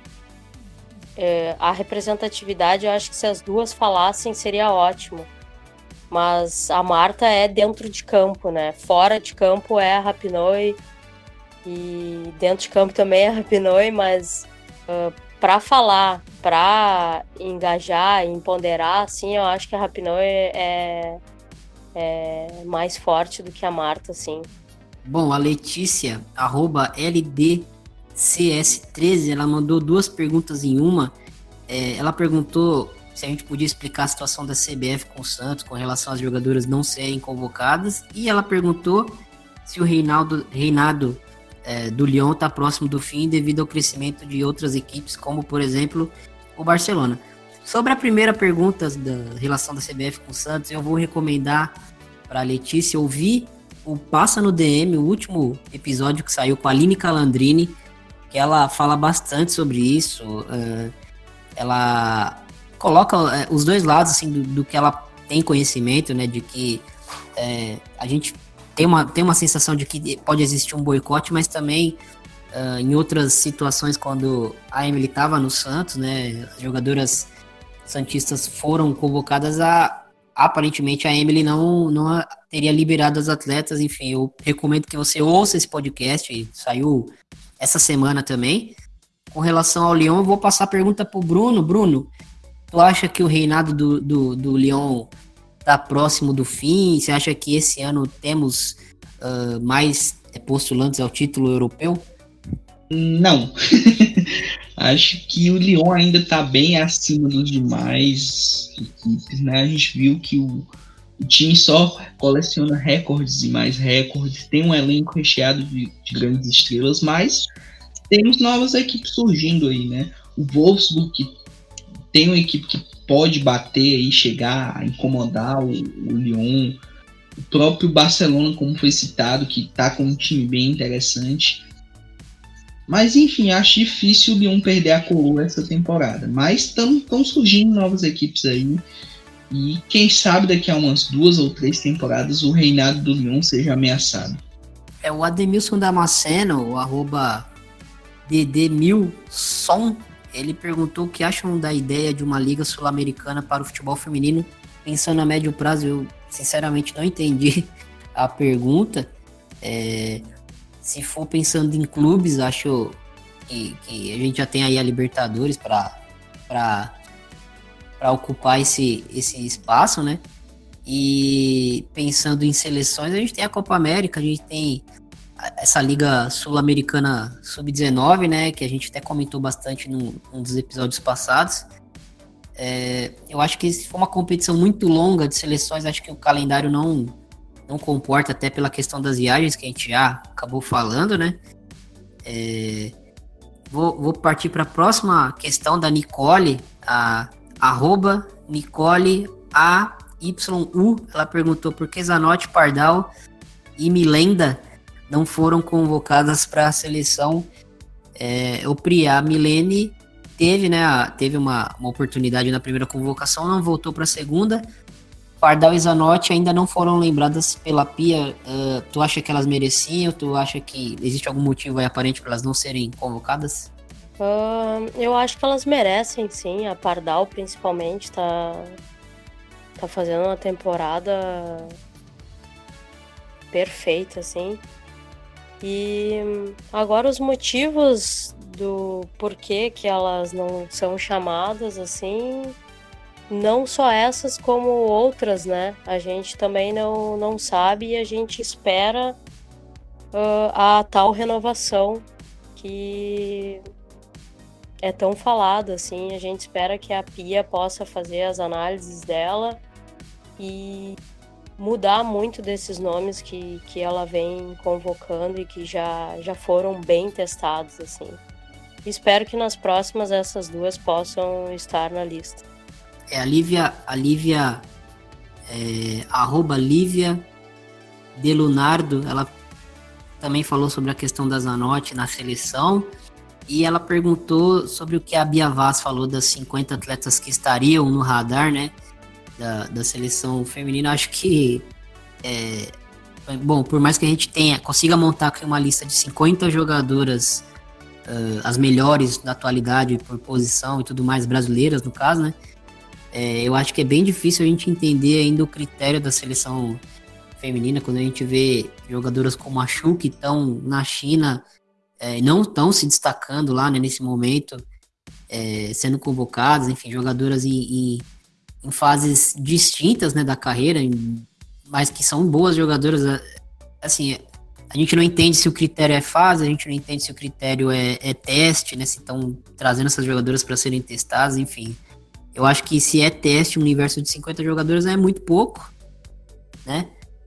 é, a representatividade, eu acho que se as duas falassem seria ótimo. Mas a Marta é dentro de campo, né? Fora de campo é a Rapinoe e dentro de campo também é a Rapinoe, mas uh, para falar, para engajar e empoderar, assim, eu acho que a Rapinoe é, é mais forte do que a Marta, assim. Bom, a Letícia, arroba L D C S treze, ela mandou duas perguntas em uma. É, ela perguntou se a gente podia explicar a situação da C B F com o Santos com relação às jogadoras não serem convocadas. E ela perguntou se o Reinaldo, reinado é, do Lyon está próximo do fim devido ao crescimento de outras equipes, como, por exemplo, o Barcelona. Sobre a primeira pergunta da relação da C B F com o Santos, eu vou recomendar para a Letícia ouvir o Passa no D M, o último episódio que saiu com a Aline Calandrini, que ela fala bastante sobre isso. Uh, ela coloca uh, os dois lados assim, do, do que ela tem conhecimento, né, de que uh, a gente tem uma, tem uma sensação de que pode existir um boicote, mas também uh, em outras situações, quando a Emily estava no Santos, né, as jogadoras santistas foram convocadas, a aparentemente a Emily não, não teria liberado as atletas. Enfim, eu recomendo que você ouça esse podcast, saiu essa semana também. Com relação ao Lyon, eu vou passar a pergunta pro Bruno. Bruno, tu acha que o reinado do, do, do Lyon tá próximo do fim? Você acha que esse ano temos uh, mais postulantes ao título europeu? Não. Acho que o Lyon ainda está bem acima dos demais equipes, né? A gente viu que o, o time só coleciona recordes e mais recordes, tem um elenco recheado de, de grandes estrelas, mas temos novas equipes surgindo aí, né? O Wolfsburg, que tem uma equipe que pode bater e chegar a incomodar o, o Lyon. O próprio Barcelona, como foi citado, que está com um time bem interessante. Mas, enfim, acho difícil o Lyon perder a coroa essa temporada. Mas estão surgindo novas equipes aí. E quem sabe daqui a umas duas ou três temporadas o reinado do Lyon seja ameaçado. É o Ademilson Damasceno, o arroba D D mil som. Ele perguntou o que acham da ideia de uma liga sul-americana para o futebol feminino. Pensando a médio prazo, eu sinceramente não entendi a pergunta. É... Se for pensando em clubes, acho que, que a gente já tem aí a Libertadores para ocupar esse, esse espaço, né? E pensando em seleções, a gente tem a Copa América, a gente tem essa Liga Sul-Americana sub dezenove, né? Que a gente até comentou bastante num, num dos episódios passados. É, eu acho que se for uma competição muito longa de seleções, acho que o calendário não... não comporta, até pela questão das viagens que a gente já acabou falando, né? É, vou, vou partir para a próxima questão da Nicole, a arroba Nicole A Y U. Ela perguntou por que Zanotti, Pardal e Milenda não foram convocadas para a seleção. É, o Priá, Milene teve, né, teve uma, uma oportunidade na primeira convocação, não voltou para a segunda. Pardal e Zanotti ainda não foram lembradas pela Pia. Uh, tu acha que elas mereciam? Tu acha que existe algum motivo aí aparente para elas não serem convocadas? Uh, eu acho que elas merecem, sim. A Pardal, principalmente, tá, tá fazendo uma temporada perfeita, assim. E agora os motivos do porquê que elas não são chamadas, assim... Não só essas, como outras, né? A gente também não, não sabe e a gente espera uh, a tal renovação que é tão falada, assim. A gente espera que a Pia possa fazer as análises dela e mudar muito desses nomes que, que ela vem convocando e que já, já foram bem testados, assim. Espero que nas próximas essas duas possam estar na lista. É a Lívia, a Lívia, é, arroba Lívia de Lunardo, ela também falou sobre a questão da Zanotti na seleção e ela perguntou sobre o que a Bia Vaz falou das cinquenta atletas que estariam no radar, né, da, da seleção feminina. Acho que, é, bom, por mais que a gente tenha, consiga montar aqui uma lista de cinquenta jogadoras, uh, as melhores da atualidade por posição e tudo mais, brasileiras no caso, né, É, eu acho que é bem difícil a gente entender ainda o critério da seleção feminina quando a gente vê jogadoras como a Chu que estão na China, é, não estão se destacando lá, né, nesse momento, é, sendo convocadas, enfim, jogadoras em, em, em fases distintas, né, da carreira, em, mas que são boas jogadoras. Assim, a gente não entende se o critério é fase, a gente não entende se o critério é, é teste, né, se estão trazendo essas jogadoras para serem testadas, enfim. Eu acho que se é teste, um universo de cinquenta jogadores é muito pouco, né?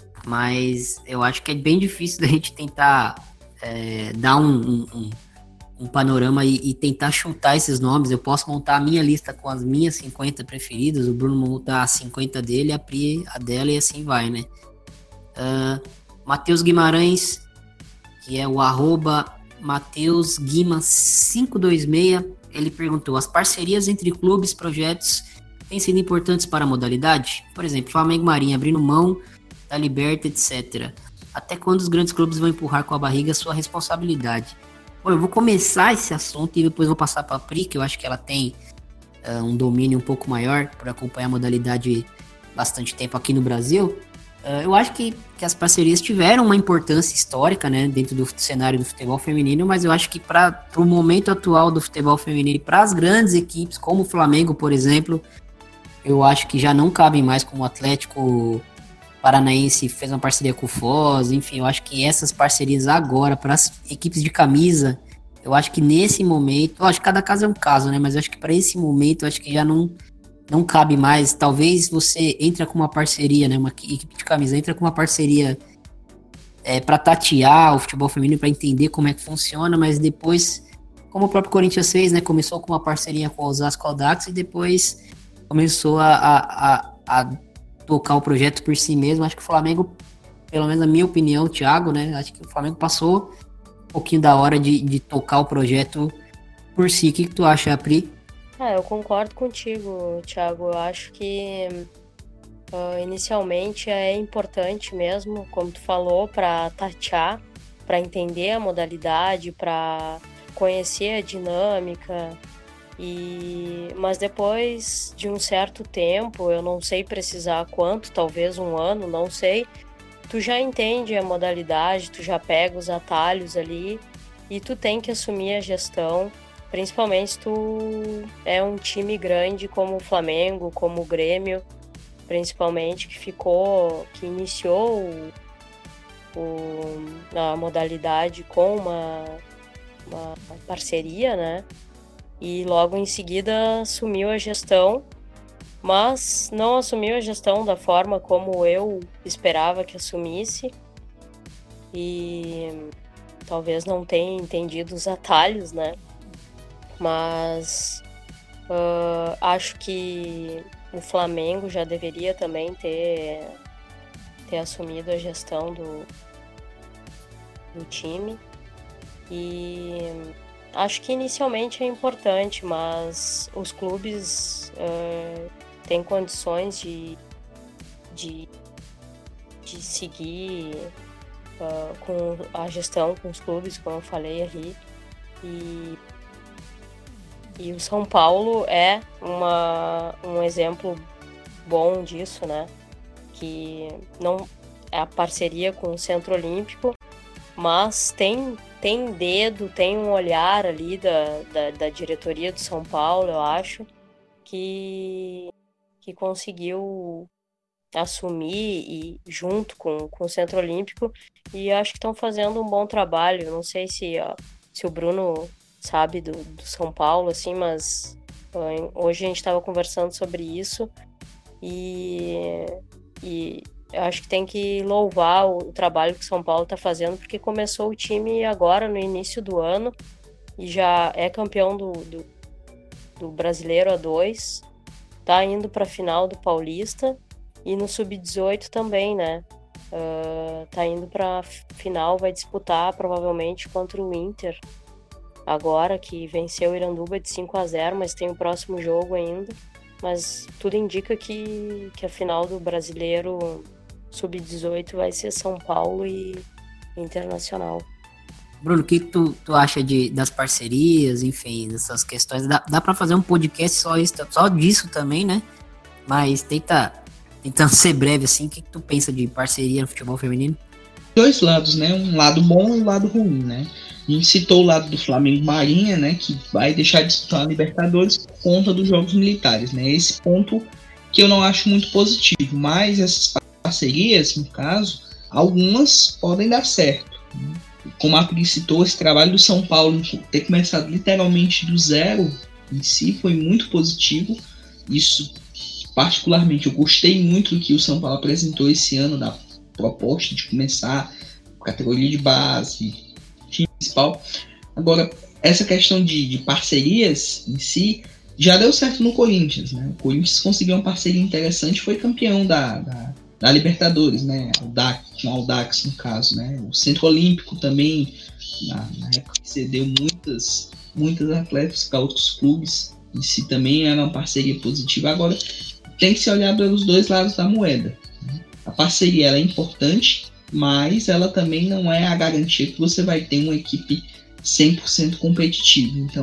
Mas eu acho que é bem difícil da gente tentar é, dar um, um, um panorama e, e tentar chutar esses nomes. Eu posso montar a minha lista com as minhas cinquenta preferidas, o Bruno montar as cinquenta dele, a Pri a dela e assim vai, né? Uh, Matheus Guimarães, que é o arroba Matheus Guima cinco dois seis, ele perguntou: as parcerias entre clubes, projetos têm sido importantes para a modalidade? Por exemplo, Flamengo Marinha abrindo mão da Liberta, etcétera. Até quando os grandes clubes vão empurrar com a barriga a sua responsabilidade? Bom, eu vou começar esse assunto e depois vou passar para a Pri, que eu acho que ela tem uh, um domínio um pouco maior, por acompanhar a modalidade bastante tempo aqui no Brasil, uh, eu acho que, que as parcerias tiveram uma importância histórica, né, dentro do cenário do futebol feminino, mas eu acho que para o momento atual do futebol feminino e para as grandes equipes, como o Flamengo, por exemplo, eu acho que já não cabem mais, como o Atlético Paranaense fez uma parceria com o Foz, enfim, eu acho que essas parcerias agora para as equipes de camisa, eu acho que nesse momento, eu acho que cada caso é um caso, né, mas eu acho que para esse momento, eu acho que já não, não cabe mais. Talvez você entre com uma parceria, né, uma equipe de camisa entra com uma parceria é, para tatear o futebol feminino, para entender como é que funciona, mas depois, como o próprio Corinthians fez, né, começou com uma parceria com o Osasco Audax e depois começou a, a, a, a tocar o projeto por si mesmo. Acho que o Flamengo, pelo menos na minha opinião, Thiago, né? Acho que o Flamengo passou um pouquinho da hora de, de tocar o projeto por si. O que, que tu acha, Pri? Ah, eu concordo contigo, Thiago. Eu acho que uh, inicialmente é importante mesmo, como tu falou, para tatear, para entender a modalidade, para conhecer a dinâmica. E, mas depois de um certo tempo, eu não sei precisar quanto, talvez um ano, não sei, tu já entende a modalidade, tu já pega os atalhos ali e tu tem que assumir a gestão, principalmente se tu é um time grande como o Flamengo, como o Grêmio, principalmente, que ficou, que iniciou o, o, a modalidade com uma, uma parceria, né? E logo em seguida assumiu a gestão, mas não assumiu a gestão da forma como eu esperava que assumisse. E talvez não tenha entendido os atalhos, né? Mas uh, acho que o Flamengo já deveria também ter, ter assumido a gestão do, do time. E acho que inicialmente é importante, mas os clubes uh, têm condições de, de, de seguir uh, com a gestão com os clubes, como eu falei ali. E, e o São Paulo é uma, um exemplo bom disso, né? Que não é a parceria com o Centro Olímpico, mas tem... tem dedo, tem um olhar ali da, da, da diretoria do São Paulo, eu acho, que, que conseguiu assumir e junto com, com o Centro Olímpico, e acho que estão fazendo um bom trabalho. Não sei se, ó, se o Bruno sabe do, do São Paulo, assim, mas ó, hoje a gente estava conversando sobre isso e... e eu acho que tem que louvar o trabalho que o São Paulo está fazendo, porque começou o time agora, no início do ano, e já é campeão do, do, do Brasileiro A dois, tá indo para a final do Paulista, e no sub dezoito também, né? Uh, tá indo para a final, vai disputar provavelmente contra o Inter, agora que venceu o Iranduba de cinco a zero, mas tem o próximo jogo ainda. Mas tudo indica que, que a final do Brasileiro sub dezoito vai ser São Paulo e Internacional. Bruno, o que tu, tu acha de, das parcerias, enfim, dessas questões? Dá, dá para fazer um podcast só, isso, só disso também, né? Mas tenta, tentando ser breve assim, o que, que tu pensa de parceria no futebol feminino? Dois lados, né? Um lado bom e um lado ruim, né? A gente citou o lado do Flamengo Marinha, né? Que vai deixar de disputar a Libertadores por conta dos jogos militares, né? Esse ponto que eu não acho muito positivo, mas essas parcerias, no caso, algumas podem dar certo. Como a Pri citou, esse trabalho do São Paulo ter começado literalmente do zero em si foi muito positivo. Isso, particularmente, eu gostei muito do que o São Paulo apresentou esse ano, da proposta de começar categoria de base, time principal. Agora, essa questão de, de parcerias em si já deu certo no Corinthians, né? O Corinthians conseguiu uma parceria interessante, foi campeão da, da, da Libertadores, né? Audax, com o Audax no caso, né? O Centro Olímpico também, na, na época que cedeu muitas, muitas atletas para outros clubes, em si também era uma parceria positiva. Agora, tem que se olhar pelos dois lados da moeda. A parceria ela é importante, mas ela também não é a garantia que você vai ter uma equipe cem por cento competitiva. Então,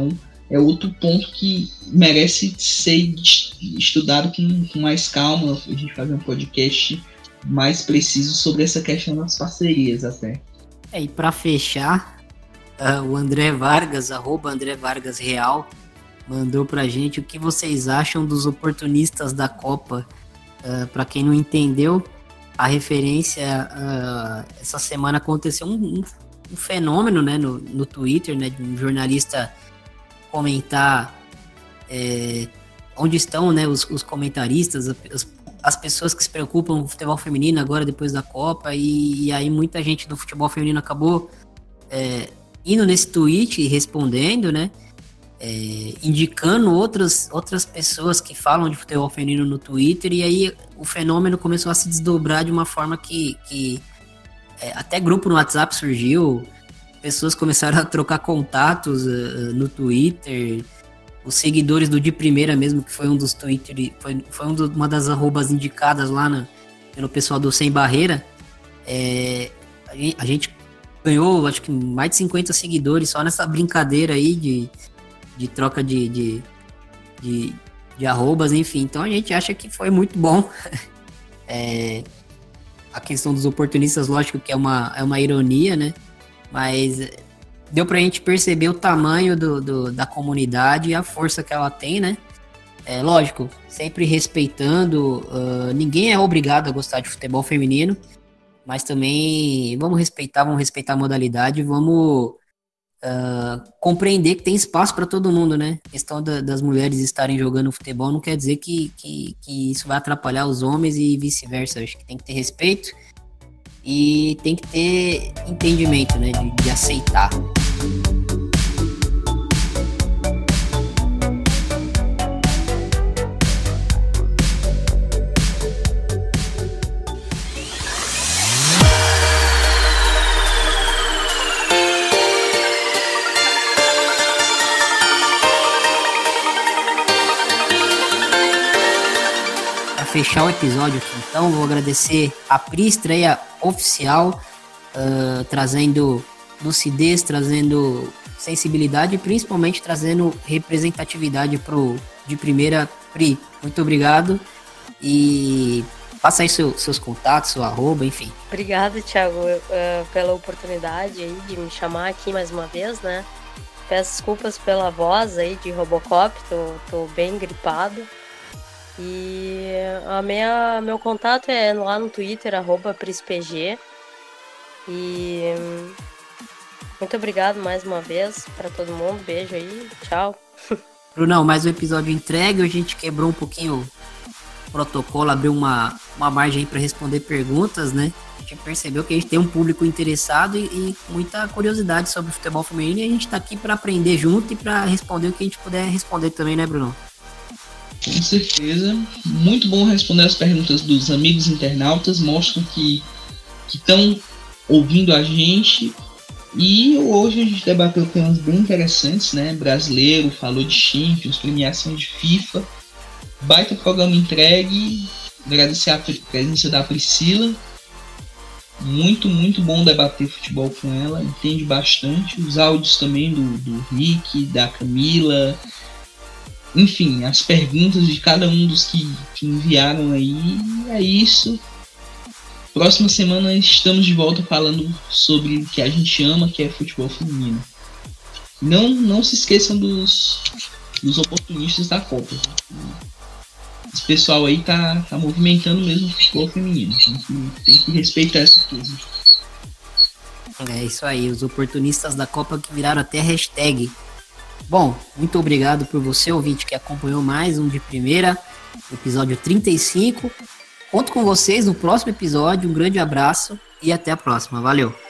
é outro ponto que merece ser estudado com, com mais calma, a gente fazer um podcast mais preciso sobre essa questão das parcerias até. É, e para fechar, uh, o André Vargas, arroba André Vargas Real, mandou pra gente o que vocês acham dos oportunistas da Copa. Uh, para quem não entendeu, a referência, uh, essa semana aconteceu um, um, um fenômeno, né, no, no Twitter, né, de um jornalista comentar é, onde estão, né, os, os comentaristas, as, as pessoas que se preocupam com o futebol feminino agora depois da Copa, e, e aí muita gente do futebol feminino acabou é, indo nesse tweet e respondendo, né, É, indicando outras, outras pessoas que falam de futebol feminino no Twitter, e aí o fenômeno começou a se desdobrar de uma forma que, que é, até grupo no WhatsApp surgiu, pessoas começaram a trocar contatos uh, no Twitter, os seguidores do De Primeira mesmo, que foi um dos Twitter, foi, foi um do, uma das arrobas indicadas lá na, pelo pessoal do Sem Barreira, é, a, gente, a gente ganhou acho que mais de cinquenta seguidores só nessa brincadeira aí de de troca de, de, de, de arrobas, enfim. Então a gente acha que foi muito bom. É, a questão dos oportunistas, lógico que é uma, é uma ironia, né? Mas deu pra gente perceber o tamanho do, do, da comunidade e a força que ela tem, né? É, lógico, sempre respeitando, uh, ninguém é obrigado a gostar de futebol feminino, mas também vamos respeitar, vamos respeitar a modalidade, vamos Uh, compreender que tem espaço para todo mundo, né? A questão da, das mulheres estarem jogando futebol não quer dizer que, que, que isso vai atrapalhar os homens e vice-versa. Acho que tem que ter respeito e tem que ter entendimento, né? De, de aceitar. Fechar o episódio aqui, então vou agradecer a Pri, estreia oficial, uh, trazendo lucidez, trazendo sensibilidade e principalmente trazendo representatividade pro De Primeira. Pri, muito obrigado e passa aí seu, seus contatos, seu arroba, enfim. Obrigada, Thiago, uh, pela oportunidade aí de me chamar aqui mais uma vez, né? Peço desculpas pela voz aí de Robocop, tô, tô bem gripado. E a minha, meu contato é lá no Twitter, arroba prispg. E muito obrigado mais uma vez para todo mundo. Beijo aí, tchau. Brunão, mais um episódio entregue. A gente quebrou um pouquinho o protocolo, abriu uma, uma margem aí para responder perguntas, né? A gente percebeu que a gente tem um público interessado e, e muita curiosidade sobre o futebol feminino, e a gente tá aqui para aprender junto e para responder o que a gente puder responder também, né, Brunão? Com certeza, muito bom responder as perguntas dos amigos internautas, mostram que estão ouvindo a gente, e hoje a gente debateu temas bem interessantes, né? Brasileiro, falou de Champions, premiação de FIFA, baita programa entregue, agradecer a presença da Priscila, muito, muito bom debater futebol com ela, entende bastante, os áudios também do, do Rick, da Camila. Enfim, as perguntas de cada um dos que, que enviaram aí, é isso. Próxima semana estamos de volta falando sobre o que a gente ama, que é futebol feminino. Não, não se esqueçam dos, dos oportunistas da Copa. Esse pessoal aí tá, tá movimentando mesmo o futebol feminino. Tem que, tem que respeitar essa coisa. É isso aí, os oportunistas da Copa que viraram até hashtag. Bom, muito obrigado por você, ouvinte, que acompanhou mais um De Primeira, episódio trinta e cinco. Conto com vocês no próximo episódio, um grande abraço e até a próxima. Valeu!